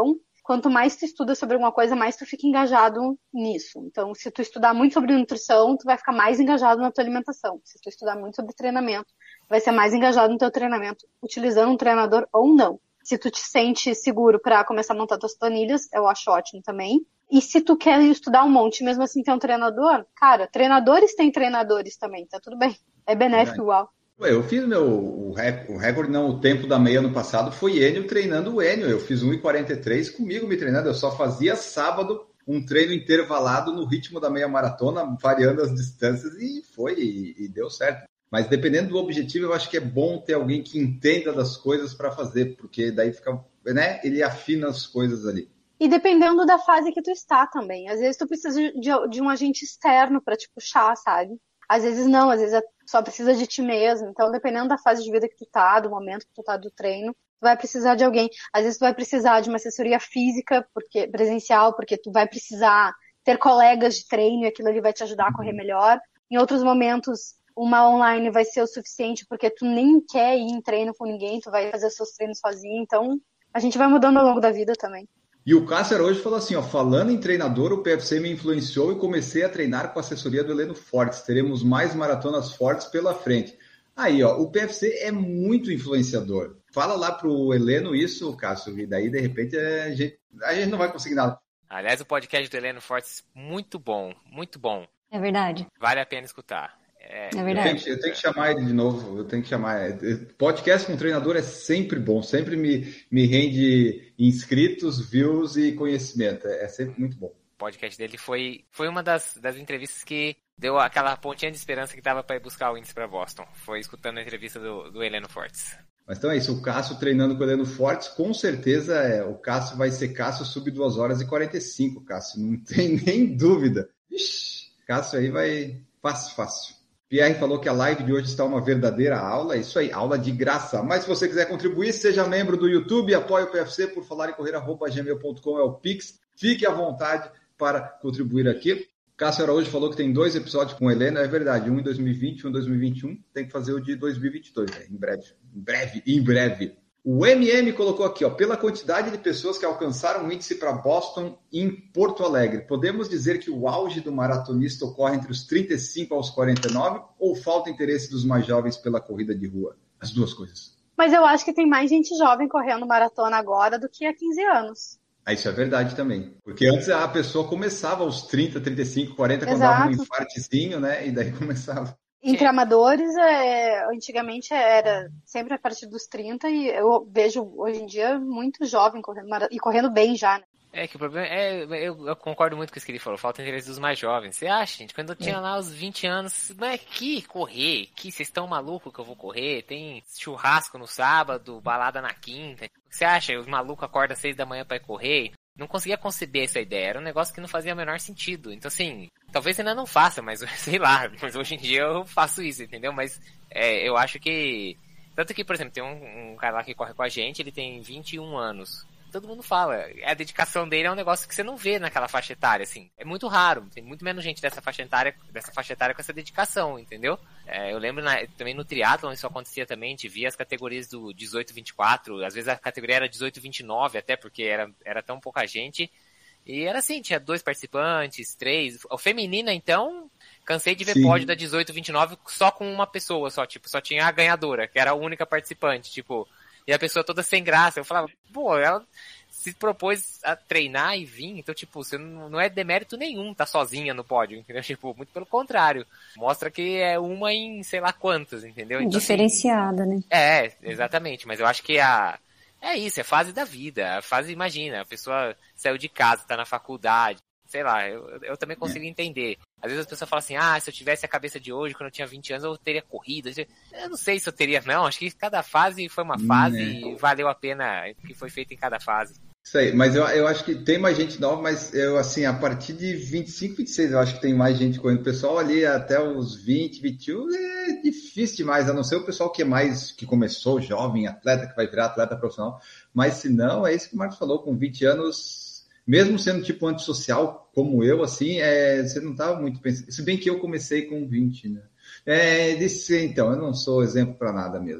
quanto mais tu estuda sobre alguma coisa, mais tu fica engajado nisso. Então, se tu estudar muito sobre nutrição, tu vai ficar mais engajado na tua alimentação. Se tu estudar muito sobre treinamento, tu vai ser mais engajado no teu treinamento, utilizando um treinador ou não. Se tu te sente seguro para começar a montar tuas planilhas, eu acho ótimo também. E se tu quer estudar um monte, mesmo assim ter um treinador, cara, treinadores têm treinadores também, tá tudo bem. É benéfico igual. Eu fiz meu o recorde, não, o tempo da meia ano passado foi Enio treinando o Enio. Eu fiz um e quarenta e três comigo me treinando. Eu só fazia sábado um treino intervalado no ritmo da meia maratona, variando as distâncias, e foi, e, e deu certo. Mas dependendo do objetivo, eu acho que é bom ter alguém que entenda das coisas para fazer, porque daí fica, né, ele afina as coisas ali. E dependendo da fase que tu está também. Às vezes tu precisa de, de um agente externo para te puxar, sabe? Às vezes não, às vezes só precisa de ti mesmo. Então, dependendo da fase de vida que tu tá, do momento que tu tá do treino, tu vai precisar de alguém. Às vezes tu vai precisar de uma assessoria física, porque presencial, porque tu vai precisar ter colegas de treino e aquilo ali vai te ajudar a correr melhor. Em outros momentos, uma online vai ser o suficiente, porque tu nem quer ir em treino com ninguém, tu vai fazer os seus treinos sozinho. Então, a gente vai mudando ao longo da vida também. E o Cássio hoje falou assim, ó, falando em treinador, o P F C me influenciou e comecei a treinar com a assessoria do Heleno Fortes. Teremos mais maratonas fortes pela frente. Aí, ó, o P F C é muito influenciador. Fala lá pro Heleno isso, Cássio, e daí, de repente, a gente, a gente não vai conseguir nada. Aliás, o podcast do Heleno Fortes, muito bom, muito bom. É verdade. Vale a pena escutar. É, é verdade. Eu tenho, que, eu tenho que chamar ele de novo, eu tenho que chamar. Podcast com treinador é sempre bom, sempre me, me rende inscritos, views e conhecimento. É, é sempre muito bom. O podcast dele foi, foi uma das, das entrevistas que deu aquela pontinha de esperança que dava para ir buscar o índice para Boston. Foi escutando a entrevista do, do Heleno Fortes. Mas então é isso, o Cássio treinando com o Heleno Fortes, com certeza é, o Cássio vai ser Cássio sub duas horas e quarenta e cinco, Cássio, não tem nem dúvida. Ixi, Cássio aí vai fácil, fácil. Pierre falou que a live de hoje está uma verdadeira aula, é isso aí, aula de graça. Mas se você quiser contribuir, seja membro do YouTube, apoie o P F C por falar em correr, arroba gmail ponto com é o Pix. Fique à vontade para contribuir aqui. Cássio Araújo falou que tem dois episódios com o Heleno, é verdade, um em dois mil e vinte, um em dois mil e vinte e um, tem que fazer o de dois mil e vinte e dois, né? Em breve, em breve, em breve. O M M colocou aqui, ó, pela quantidade de pessoas que alcançaram o índice para Boston em Porto Alegre, podemos dizer que o auge do maratonista ocorre entre os trinta e cinco aos quarenta e nove ou falta interesse dos mais jovens pela corrida de rua? As duas coisas. Mas eu acho que tem mais gente jovem correndo maratona agora do que há quinze anos. Ah, isso é verdade também. Porque antes a pessoa começava aos trinta, trinta e cinco, quarenta, quando Exato. dava um infartezinho, né? E daí começava. Entre amadores, é, antigamente era sempre a partir dos trinta e eu vejo hoje em dia muito jovem correndo e correndo bem já, né? É que o problema é, eu, eu concordo muito com isso que ele falou, falta interesse dos mais jovens. Você acha, gente, quando eu tinha lá os vinte anos, não é que correr, que vocês estão malucos que eu vou correr, tem churrasco no sábado, balada na quinta. Você acha, os malucos acordam às seis da manhã pra ir correr? Não conseguia conceber essa ideia, era um negócio que não fazia o menor sentido. Então, assim, talvez ainda não faça, mas sei lá, mas hoje em dia eu faço isso, entendeu? Mas é, eu acho que... Tanto que, por exemplo, tem um, um cara lá que corre com a gente, ele tem vinte e um anos. Todo mundo fala, a dedicação dele é um negócio que você não vê naquela faixa etária, assim. É muito raro, tem muito menos gente dessa faixa etária, dessa faixa etária com essa dedicação, entendeu? É, eu lembro na, também no triatlon isso acontecia também, a gente via as categorias do dezoito vinte e quatro, às vezes a categoria era dezoito vinte e nove até, porque era, era tão pouca gente. E era assim, tinha dois participantes, três. O feminina, então, cansei de ver Sim. pódio da dezoito vinte e nove só com uma pessoa, só, tipo, só tinha a ganhadora, que era a única participante, tipo... E a pessoa toda sem graça. Eu falava, pô, ela se propôs a treinar e vir. Então, tipo, você não, não é demérito nenhum tá sozinha no pódio, entendeu? Tipo, muito pelo contrário. Mostra que é uma em sei lá quantas, entendeu? Então, diferenciada, assim, né? É, exatamente. Mas eu acho que a... É isso, é fase da vida. A fase, imagina, a pessoa saiu de casa, tá na faculdade. Sei lá, eu, eu também consigo entender. Às vezes as pessoas falam assim, ah, se eu tivesse a cabeça de hoje, quando eu tinha vinte anos, eu teria corrido. Eu não sei se eu teria, não. Acho que cada fase foi uma fase hum, é. e valeu a pena o que foi feito em cada fase. Isso aí, mas eu, eu acho que tem mais gente nova, mas eu, assim, a partir de vinte e cinco, vinte e seis, eu acho que tem mais gente correndo. O pessoal ali até os vinte, vinte e um é difícil demais, a não ser o pessoal que é mais, que começou jovem, atleta, que vai virar atleta profissional. Mas se não, é isso que o Marcos falou, com vinte anos... Mesmo sendo tipo antissocial, como eu, assim, é, você não estava muito pensando. Se bem que eu comecei com vinte, né? É, disse, então, eu não sou exemplo para nada mesmo.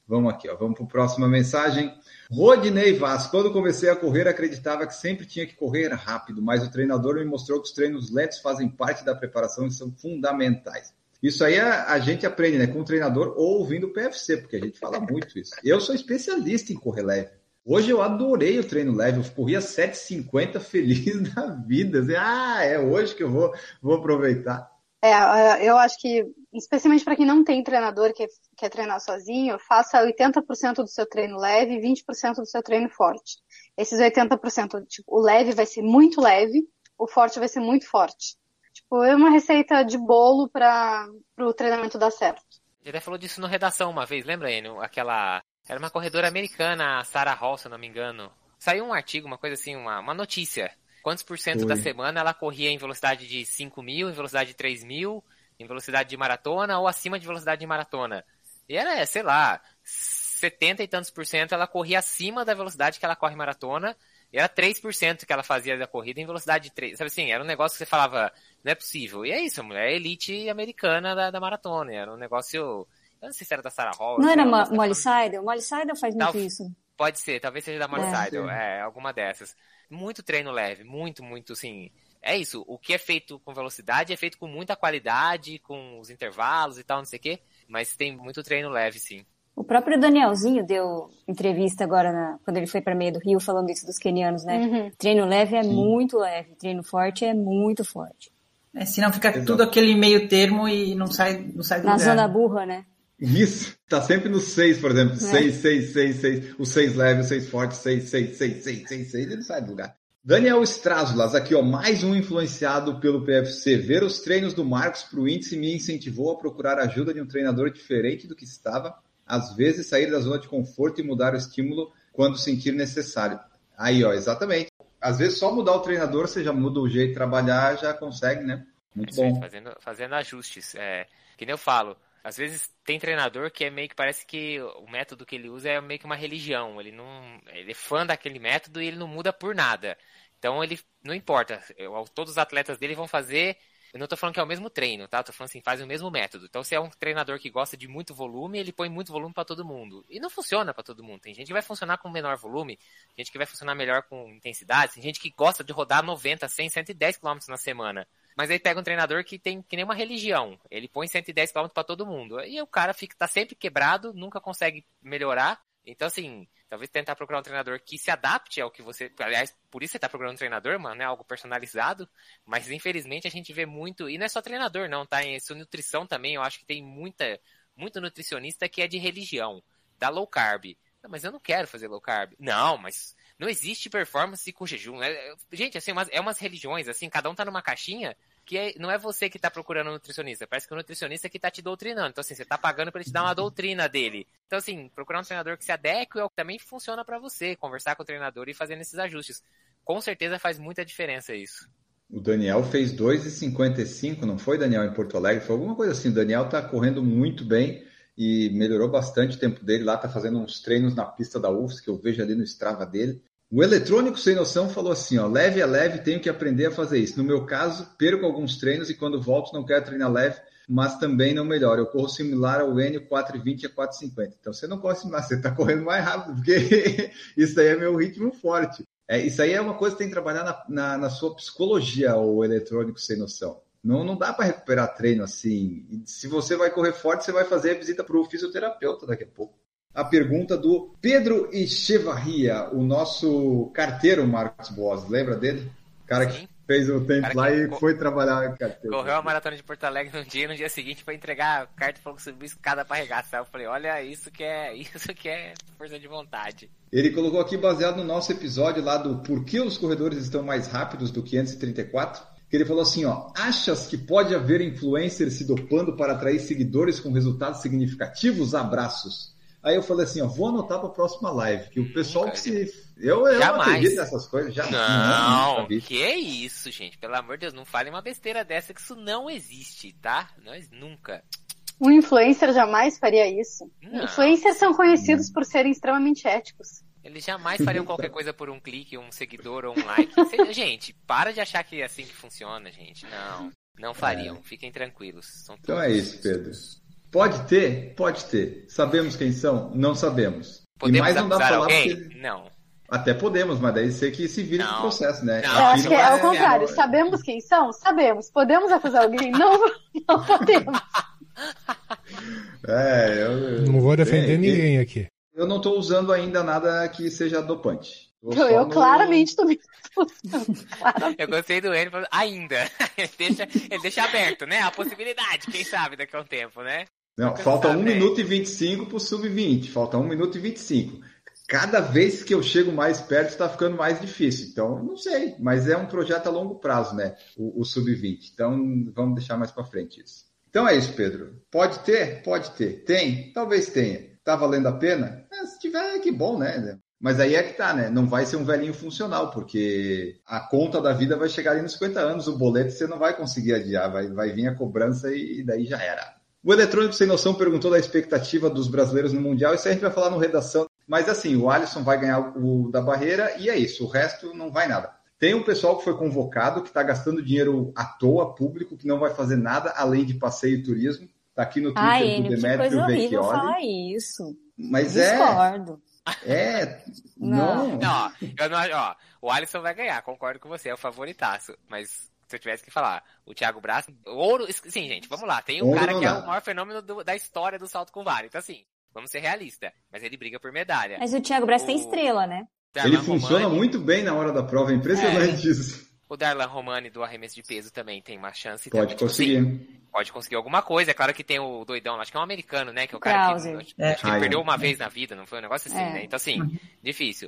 Vamos aqui, ó. Vamos para a próxima mensagem. Rodinei Vaz. Quando comecei a correr, acreditava que sempre tinha que correr rápido, mas o treinador me mostrou que os treinos lentos fazem parte da preparação e são fundamentais. Isso aí a, a gente aprende, né? Com o treinador ou ouvindo o P F C, porque a gente fala muito isso. Eu sou especialista em correr leve. Hoje eu adorei o treino leve. Eu corria sete e cinquenta feliz da vida. Ah, é hoje que eu vou, vou aproveitar. É, eu acho que, especialmente para quem não tem treinador, que quer treinar sozinho, faça oitenta por cento do seu treino leve e vinte por cento do seu treino forte. Esses oitenta por cento, tipo, o leve vai ser muito leve, o forte vai ser muito forte. Tipo, é uma receita de bolo para o treinamento dar certo. Ele até falou disso no Redação uma vez, lembra, Enio? Aquela... Era uma corredora americana, a Sarah Hall, se eu não me engano. Saiu um artigo, uma coisa assim, uma, uma notícia. Quantos por cento Oi. da semana ela corria em velocidade de cinco mil, em velocidade de três mil, em velocidade de maratona ou acima de velocidade de maratona. E era, sei lá, setenta e tantos por cento ela corria acima da velocidade que ela corre maratona, e era três por cento que ela fazia da corrida em velocidade de três. Sabe assim, era um negócio que você falava, não é possível. E é isso, a mulher é elite americana da, da maratona. Era um negócio, eu não sei se era da Sarah Hall. Não era Mo- Molly Seidel? Molly Seidel faz muito Tal, isso. Pode ser, talvez seja da Molly é. Seidel, é, alguma dessas. Muito treino leve, muito, muito, assim... É isso, o que é feito com velocidade é feito com muita qualidade, com os intervalos e tal, não sei o quê, mas tem muito treino leve, sim. O próprio Danielzinho deu entrevista agora, na, quando ele foi para meio do Rio, falando isso dos quenianos, né? Uhum. Treino leve é sim. muito leve, treino forte é muito forte. É, senão fica Exato. tudo aquele meio termo e não sai, não sai do Na lugar. zona burra, né? Isso, tá sempre no seis, por exemplo, seis, seis, seis, seis, o seis leve, o seis forte, seis, seis, seis, seis, seis, seis, ele não sai do lugar. Daniel Strazulas, aqui ó, mais um influenciado pelo P F C. Ver os treinos do Marcos pro índice me incentivou a procurar a ajuda de um treinador diferente do que estava, às vezes sair da zona de conforto e mudar o estímulo quando sentir necessário. Aí ó, exatamente. Às vezes só mudar o treinador, você já muda o jeito de trabalhar, já consegue, né? Muito Isso bom. Aí, fazendo, fazendo ajustes, é, que nem eu falo. Às vezes tem treinador que é meio que parece que o método que ele usa é meio que uma religião. Ele não, ele é fã daquele método e ele não muda por nada. Então ele não importa. Eu, todos os atletas dele vão fazer. Eu não tô falando que é o mesmo treino, tá? Tô falando assim, fazem o mesmo método. Então se é um treinador que gosta de muito volume, ele põe muito volume para todo mundo. E não funciona para todo mundo. Tem gente que vai funcionar com menor volume, gente que vai funcionar melhor com intensidade, tem gente que gosta de rodar noventa, cem, cento e dez quilômetros na semana. Mas aí pega um treinador que tem que nem uma religião. Ele põe cento e dez quilômetros para todo mundo. E o cara fica, tá sempre quebrado, nunca consegue melhorar. Então, assim, talvez tentar procurar um treinador que se adapte ao que você... Aliás, por isso você tá procurando um treinador, mano, né? Algo personalizado. Mas, infelizmente, a gente vê muito... E não é só treinador, não, tá? Isso é nutrição também. Eu acho que tem muita, muito nutricionista que é de religião. Da low carb. Não, mas eu não quero fazer low carb. Não, mas... Não existe performance com jejum. Gente, assim, é umas religiões, assim, cada um tá numa caixinha que é, não é você que tá procurando um nutricionista. Parece que o nutricionista é que tá te doutrinando. Então, assim, você tá pagando pra ele te dar uma doutrina dele. Então, assim, procurar um treinador que se adeque é o que também funciona pra você. Conversar com o treinador e fazendo esses ajustes. Com certeza faz muita diferença isso. O Daniel fez dois e cinquenta e cinco, não foi, Daniel, em Porto Alegre? Foi alguma coisa assim. O Daniel tá correndo muito bem e melhorou bastante o tempo dele lá, tá fazendo uns treinos na pista da U F S, que eu vejo ali no Strava dele. O Eletrônico Sem Noção falou assim, ó, leve é leve, tenho que aprender a fazer isso. No meu caso, perco alguns treinos e quando volto não quero treinar leve, mas também não melhora. Eu corro similar ao Enio quatro e vinte a quatro e cinquenta. Então você não corre similar, você tá correndo mais rápido, porque isso aí é meu ritmo forte. É, isso aí é uma coisa que tem que trabalhar na, na, na sua psicologia, o Eletrônico Sem Noção. Não, não dá para recuperar treino assim. E se você vai correr forte, você vai fazer a visita para o fisioterapeuta daqui a pouco. A pergunta do Pedro Echevarria, o nosso carteiro Marcos Boas. Lembra dele? O cara Sim. que fez o tempo lá e co- foi trabalhar em carteiro. Correu a maratona de Porto Alegre num dia e no dia seguinte foi entregar a carta e falou que subiu escada para arregaçar. Eu falei, olha, isso que é isso que é força de vontade. Ele colocou aqui, baseado no nosso episódio lá do Por que os corredores estão mais rápidos do quinhentos e trinta e quatro, que ele falou assim, ó, achas que pode haver influencers se dopando para atrair seguidores com resultados significativos? Abraços. Aí eu falei assim, ó, vou anotar para a próxima live, que o pessoal que se... Eu, eu não acredito nessas coisas, jamais. Não, não que é isso, gente, pelo amor de Deus, não fale uma besteira dessa, que isso não existe, tá? Nós nunca. Um influencer jamais faria isso. Não. Influencers são conhecidos por serem extremamente éticos. Eles jamais fariam qualquer coisa por um clique, um seguidor ou um like. Gente, para de achar que é assim que funciona, gente. Não, não fariam, é. Fiquem tranquilos. São então é isso, Pedro. Pode ter? Pode ter. Sabemos quem são? Não sabemos. Podemos e mais não dá pra falar alguém? porque... Não. Até podemos, mas daí você que se vira no processo, né? Não, Eu acho que é ao é... contrário. Sabemos quem são? Sabemos. Podemos acusar alguém? Não, não podemos. É, eu... Não vou defender é, ninguém aqui. Eu não estou usando ainda nada que seja dopante. Eu, eu no... claramente estou me usando. Eu gostei do Enio falando ainda. Ele deixa, ele deixa aberto, né? A possibilidade, quem sabe daqui a um tempo, né? Não, Nunca falta sabe, um né? minuto e vinte e cinco pro sub vinte. Falta um minuto e vinte e cinco. Cada vez que eu chego mais perto, está ficando mais difícil. Então, não sei. Mas é um projeto a longo prazo, né? O, o sub vinte. Então, vamos deixar mais para frente isso. Então é isso, Pedro. Pode ter? Pode ter. Tem? Talvez tenha. Tá valendo a pena? É, se tiver, que bom, né? Mas aí é que tá, né? Não vai ser um velhinho funcional, porque a conta da vida vai chegar ali nos cinquenta anos, o boleto você não vai conseguir adiar, vai, vai vir a cobrança e, e daí já era. O Eletrônico Sem Noção perguntou da expectativa dos brasileiros no Mundial, isso a gente vai falar no Redação. Mas assim, o Alisson vai ganhar o da barreira e é isso, o resto não vai nada. Tem um pessoal que foi convocado, que está gastando dinheiro à toa, público, que não vai fazer nada além de passeio e turismo. Está aqui no Twitter Ai, do que Demetrio coisa horrível Vecchioli. falar isso. Mas Discordo. é... É... Não. Não. Não, eu não, ó, o Alisson vai ganhar, concordo com você, é o favoritaço. Mas se eu tivesse que falar, o Thiago Braz, ouro, sim, gente, vamos lá. Tem um Ouro cara não que é dá. o maior fenômeno do- da história do salto com vara. Então, assim, vamos ser realistas. Mas ele briga por medalha. Mas o Thiago Braz tem O- estrela, né? Ele Darlan funciona Romani- muito bem na hora da prova, é impressionante isso. O Darlan Romani do arremesso de peso também tem uma chance. Pode também, tipo conseguir. assim, pode conseguir alguma coisa. É claro que tem o doidão, acho que é um americano, né? Que é o cara Krause. que, acho, É. acho que ele Ryan. perdeu uma vez na vida, não foi um negócio assim, É. né? Então, assim, difícil.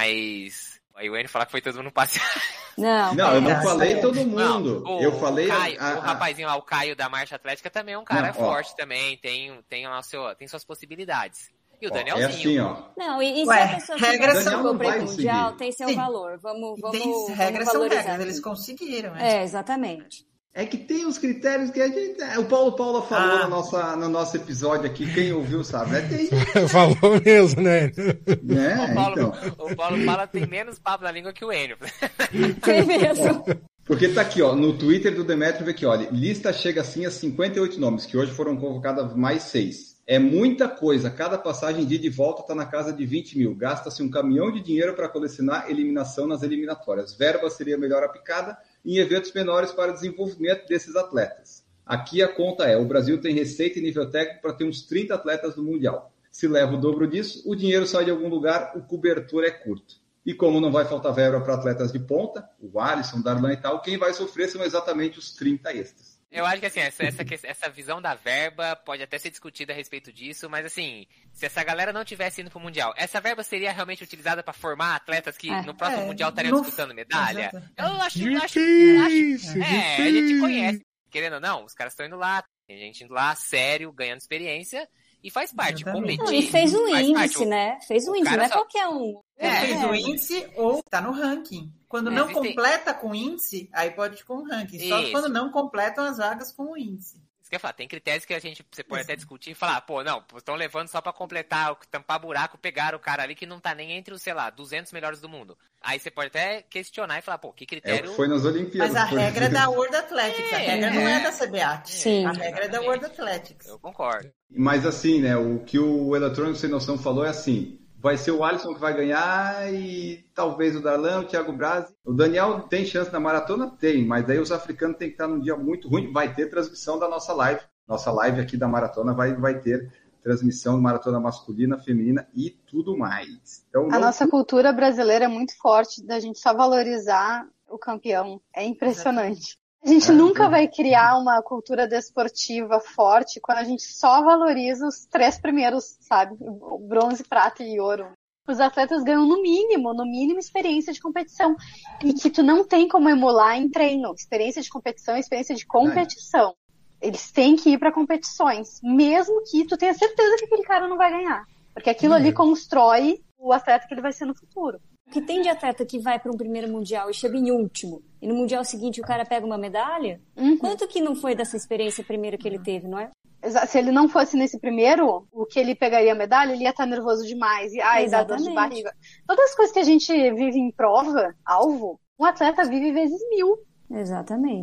Mas aí o Enio falar que foi todo mundo passear. Não, Não, eu não É. falei todo Não, mundo. o, eu falei... o, Caio, a- a- o rapazinho lá, o Caio da Marcha Atlética também é um cara Não, ó. forte também, tem, tem, lá o seu, tem suas possibilidades. E o ó, Danielzinho. é assim, ó. Não, e, e Ué, se a pessoa regras que são- ficou Daniel não pro vai mundial, seguir. tem seu Sim. valor. Vamos, E vamos, tem vamos regras são valorizar. regras, eles conseguiram. né? É, exatamente. É que tem os critérios que a gente... O Paulo Paula falou Ah. no, nossa, no nosso episódio aqui, quem ouviu sabe, né? Tem, Falou mesmo, né? né? O Paulo, Então, o Paulo fala tem menos papo na língua que o Enio. Tem mesmo. porque tá aqui, ó, no Twitter do Demetrio Vecchioli, lista chega assim a cinquenta e oito nomes, que hoje foram convocadas mais seis. É muita coisa, cada passagem de ida e volta está na casa de vinte mil. Gasta-se um caminhão de dinheiro para colecionar eliminação nas eliminatórias. Verba seria melhor aplicada em eventos menores para desenvolvimento desses atletas. Aqui a conta é, o Brasil tem receita e nível técnico para ter uns trinta atletas no Mundial. Se leva o dobro disso, o dinheiro sai de algum lugar, o cobertor é curto. E como não vai faltar verba para atletas de ponta, o Alisson, o Darlan e tal, quem vai sofrer são exatamente os trinta extras. Eu acho que assim, essa, essa, essa visão da verba pode até ser discutida a respeito disso, mas assim, se essa galera não tivesse indo pro Mundial, essa verba seria realmente utilizada para formar atletas que É. no próximo É, Mundial estariam no- disputando medalha? Exato. Eu acho, eu acho, Difícil, acho é, a gente difícil. conhece. Querendo ou não, os caras estão indo lá, tem gente indo lá, sério, ganhando experiência, e faz parte, Exatamente. Não, competir. e fez um faz índice, parte. né? Fez um o índice, cara não é só- qualquer um. É, fez É. o índice ou tá no ranking. Quando É, não existem- completa com índice, aí pode ir com o ranking. Só Isso. quando não completam as vagas com o índice. Isso que eu ia falar, tem critérios que a gente, você pode até discutir e falar, pô, não, estão levando só pra completar, tampar buraco, pegaram o cara ali que não tá nem entre os, sei lá, duzentos melhores do mundo. Aí você pode até questionar e falar, pô, que É o critério... que foi nas Olimpíadas. Mas a foi- regra é da World Athletics, a É, regra não é. é da C B A T. Sim. A regra é da World Athletics. Eu concordo. Mas assim, né, o que o Eletrônico Sem Noção falou é assim, vai ser o Alisson que vai ganhar e talvez o Darlan, o Thiago Braz. O Daniel tem chance na maratona? Tem, mas aí os africanos têm que estar num dia muito ruim. Vai ter transmissão da nossa live. Nossa live aqui da maratona vai, vai ter transmissão de maratona masculina, feminina e tudo mais. Então, A não- nossa cultura brasileira é muito forte da gente só valorizar o campeão. É impressionante. A gente É, nunca é. vai criar uma cultura desportiva forte quando a gente só valoriza os três primeiros, sabe? O bronze, prata e ouro. Os atletas ganham no mínimo, no mínimo experiência de competição. E que tu não tem como emular em treino. Experiência de competição é experiência de competição. Eles têm que ir para competições, mesmo que tu tenha certeza que aquele cara não vai ganhar. Porque aquilo ali constrói o atleta que ele vai ser no futuro. O que tem de atleta que vai para um primeiro mundial e chega em último, e no mundial seguinte o cara pega uma medalha? Uhum. Quanto que não foi dessa experiência primeira que ele teve, não é? Exa- Se ele não fosse nesse primeiro, o que ele pegaria a medalha, ele ia estar nervoso demais. E, ai, dá dor de Exatamente. barriga. Todas as coisas que a gente vive em prova, alvo, um atleta vive vezes mil. Exatamente.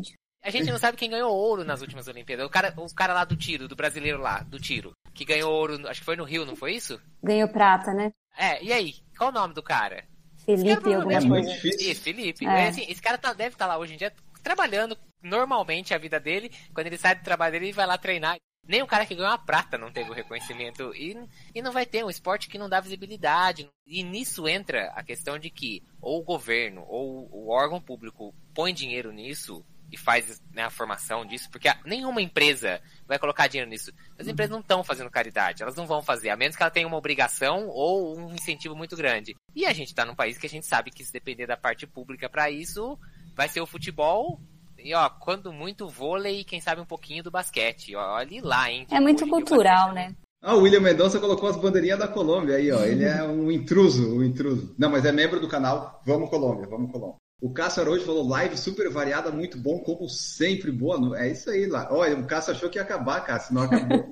A gente não sabe quem ganhou ouro nas últimas Olimpíadas. O cara, o cara lá do tiro, do brasileiro lá, do tiro, que ganhou ouro, acho que foi no Rio, não foi isso? Ganhou prata, né? É, e aí? Qual o nome do cara? Felipe, alguma é coisa. Isso, Felipe. É. É, assim, esse cara tá, deve estar lá hoje em dia trabalhando normalmente a vida dele. Quando ele sai do trabalho dele, ele vai lá treinar. Nem o cara que ganhou a prata não teve o reconhecimento. E, e não vai ter um esporte que não dá visibilidade. E nisso entra a questão de que ou o governo ou o órgão público põe dinheiro nisso e faz, né, a formação disso, porque a, nenhuma empresa vai colocar dinheiro nisso. As empresas não estão fazendo caridade, elas não vão fazer, a menos que ela tenha uma obrigação ou um incentivo muito grande. E a gente está num país que a gente sabe que se depender da parte pública para isso, vai ser o futebol e, ó, quando muito vôlei e quem sabe um pouquinho do basquete. Ó, olhe lá, hein? É muito cultural, né? Ah, o William Mendonça colocou as bandeirinhas da Colômbia aí, ó. Ele é um intruso, um intruso. Não, mas é membro do canal. Vamos Colômbia, vamos Colômbia. O Cássio Araújo falou, live super variada, muito bom, como sempre, boa. É isso aí lá. Olha, o Cássio achou que ia acabar, Cássio, não acabou.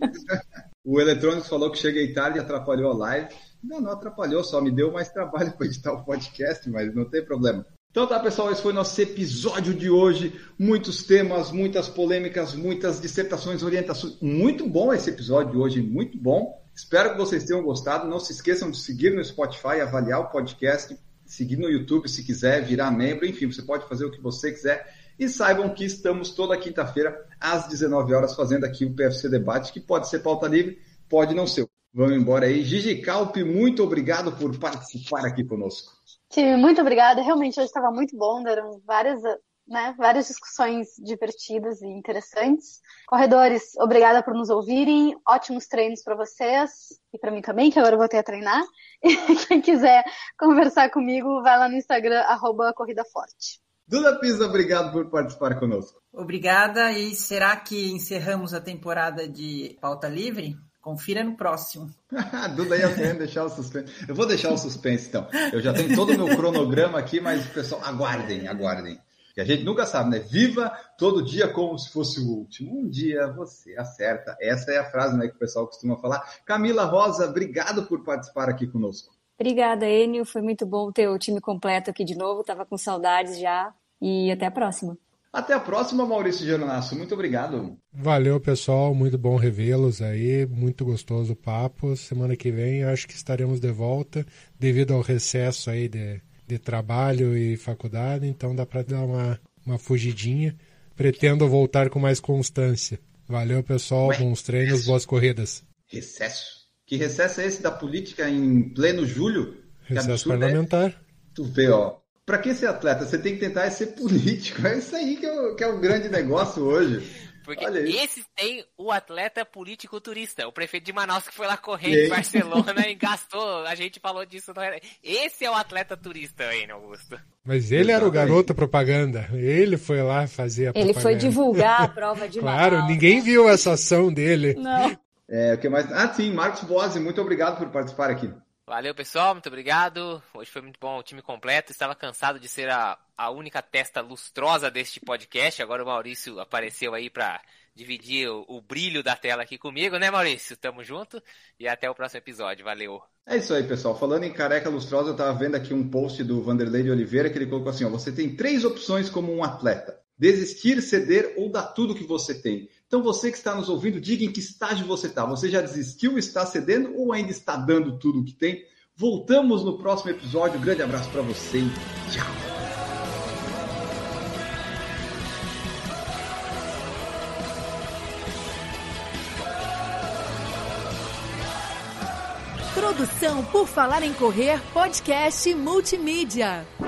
O Eletrônicos falou que cheguei tarde e atrapalhou a live. Não, não atrapalhou, só me deu mais trabalho para editar o podcast, mas não tem problema. Então tá, pessoal, esse foi nosso episódio de hoje. Muitos temas, muitas polêmicas, muitas dissertações, orientações. Muito bom esse episódio de hoje, muito bom. Espero que vocês tenham gostado. Não se esqueçam de seguir no Spotify, avaliar o podcast, seguir no YouTube se quiser, virar membro, enfim, você pode fazer o que você quiser. E saibam que estamos toda quinta-feira, às dezenove horas, fazendo aqui o P F C Debate, que pode ser pauta livre, pode não ser. Vamos embora aí. Gigi Calpe, muito obrigado por participar aqui conosco. Time, muito obrigada. Realmente hoje estava muito bom, deram várias, né, várias discussões divertidas e interessantes. Corredores, obrigada por nos ouvirem. Ótimos treinos para vocês e para mim também, que agora eu vou ter a treinar. E quem quiser conversar comigo, vai lá no Instagram, arroba Corrida Forte. Duda Pisa, obrigado por participar conosco. Obrigada. E será que encerramos a temporada de Pauta Livre? Confira no próximo. Duda ia querendo deixar o suspense. Eu vou deixar o suspense, então. Eu já tenho todo o meu cronograma aqui, mas, pessoal, aguardem, aguardem. Que a gente nunca sabe, né? Viva todo dia como se fosse o último. Um dia você acerta. Essa é a frase, né, que o pessoal costuma falar. Camila Rosa, obrigado por participar aqui conosco. Obrigada, Enio. Foi muito bom ter o time completo aqui de novo. Tava com saudades já. E até a próxima. Até a próxima, Maurício Geronasso. Muito obrigado. Valeu, pessoal. Muito bom revê-los aí. Muito gostoso o papo. Semana que vem acho que estaremos de volta devido ao recesso aí de, de trabalho e faculdade. Então dá para dar uma, uma fugidinha. Pretendo voltar com mais constância. Valeu, pessoal. Ué, bons treinos, recesso. Boas corridas. Recesso? Que recesso é esse da política em pleno julho? Recesso parlamentar. É? Tu vê, ó. Pra que ser atleta? Você tem que tentar ser político. É isso aí que é o, que é o grande negócio hoje. Porque esse tem o atleta político turista. O prefeito de Manaus que foi lá correr em Barcelona e gastou. A gente falou disso. Esse é o atleta turista aí, né, Augusto? Mas ele Exatamente. Era o garoto propaganda. Ele foi lá fazer a propaganda. Ele foi divulgar a prova de Manaus. Claro, ninguém viu essa ação dele. Não. É, o que mais? Ah, sim, Marcos Bose, muito obrigado por participar aqui. Valeu, pessoal, muito obrigado. Hoje foi muito bom o time completo. Estava cansado de ser a, a única testa lustrosa deste podcast. Agora o Maurício apareceu aí para dividir o, o brilho da tela aqui comigo, né, Maurício? Tamo junto e até o próximo episódio. Valeu. É isso aí, pessoal. Falando em careca lustrosa, eu tava vendo aqui um post do Vanderlei de Oliveira que ele colocou assim, ó, você tem três opções como um atleta. Desistir, ceder ou dar tudo que você tem. Então você que está nos ouvindo, diga em que estágio você está. Você já desistiu, está cedendo ou ainda está dando tudo o que tem? Voltamos no próximo episódio. Grande abraço para você e tchau. Produção por Falar em Correr, podcast multimídia.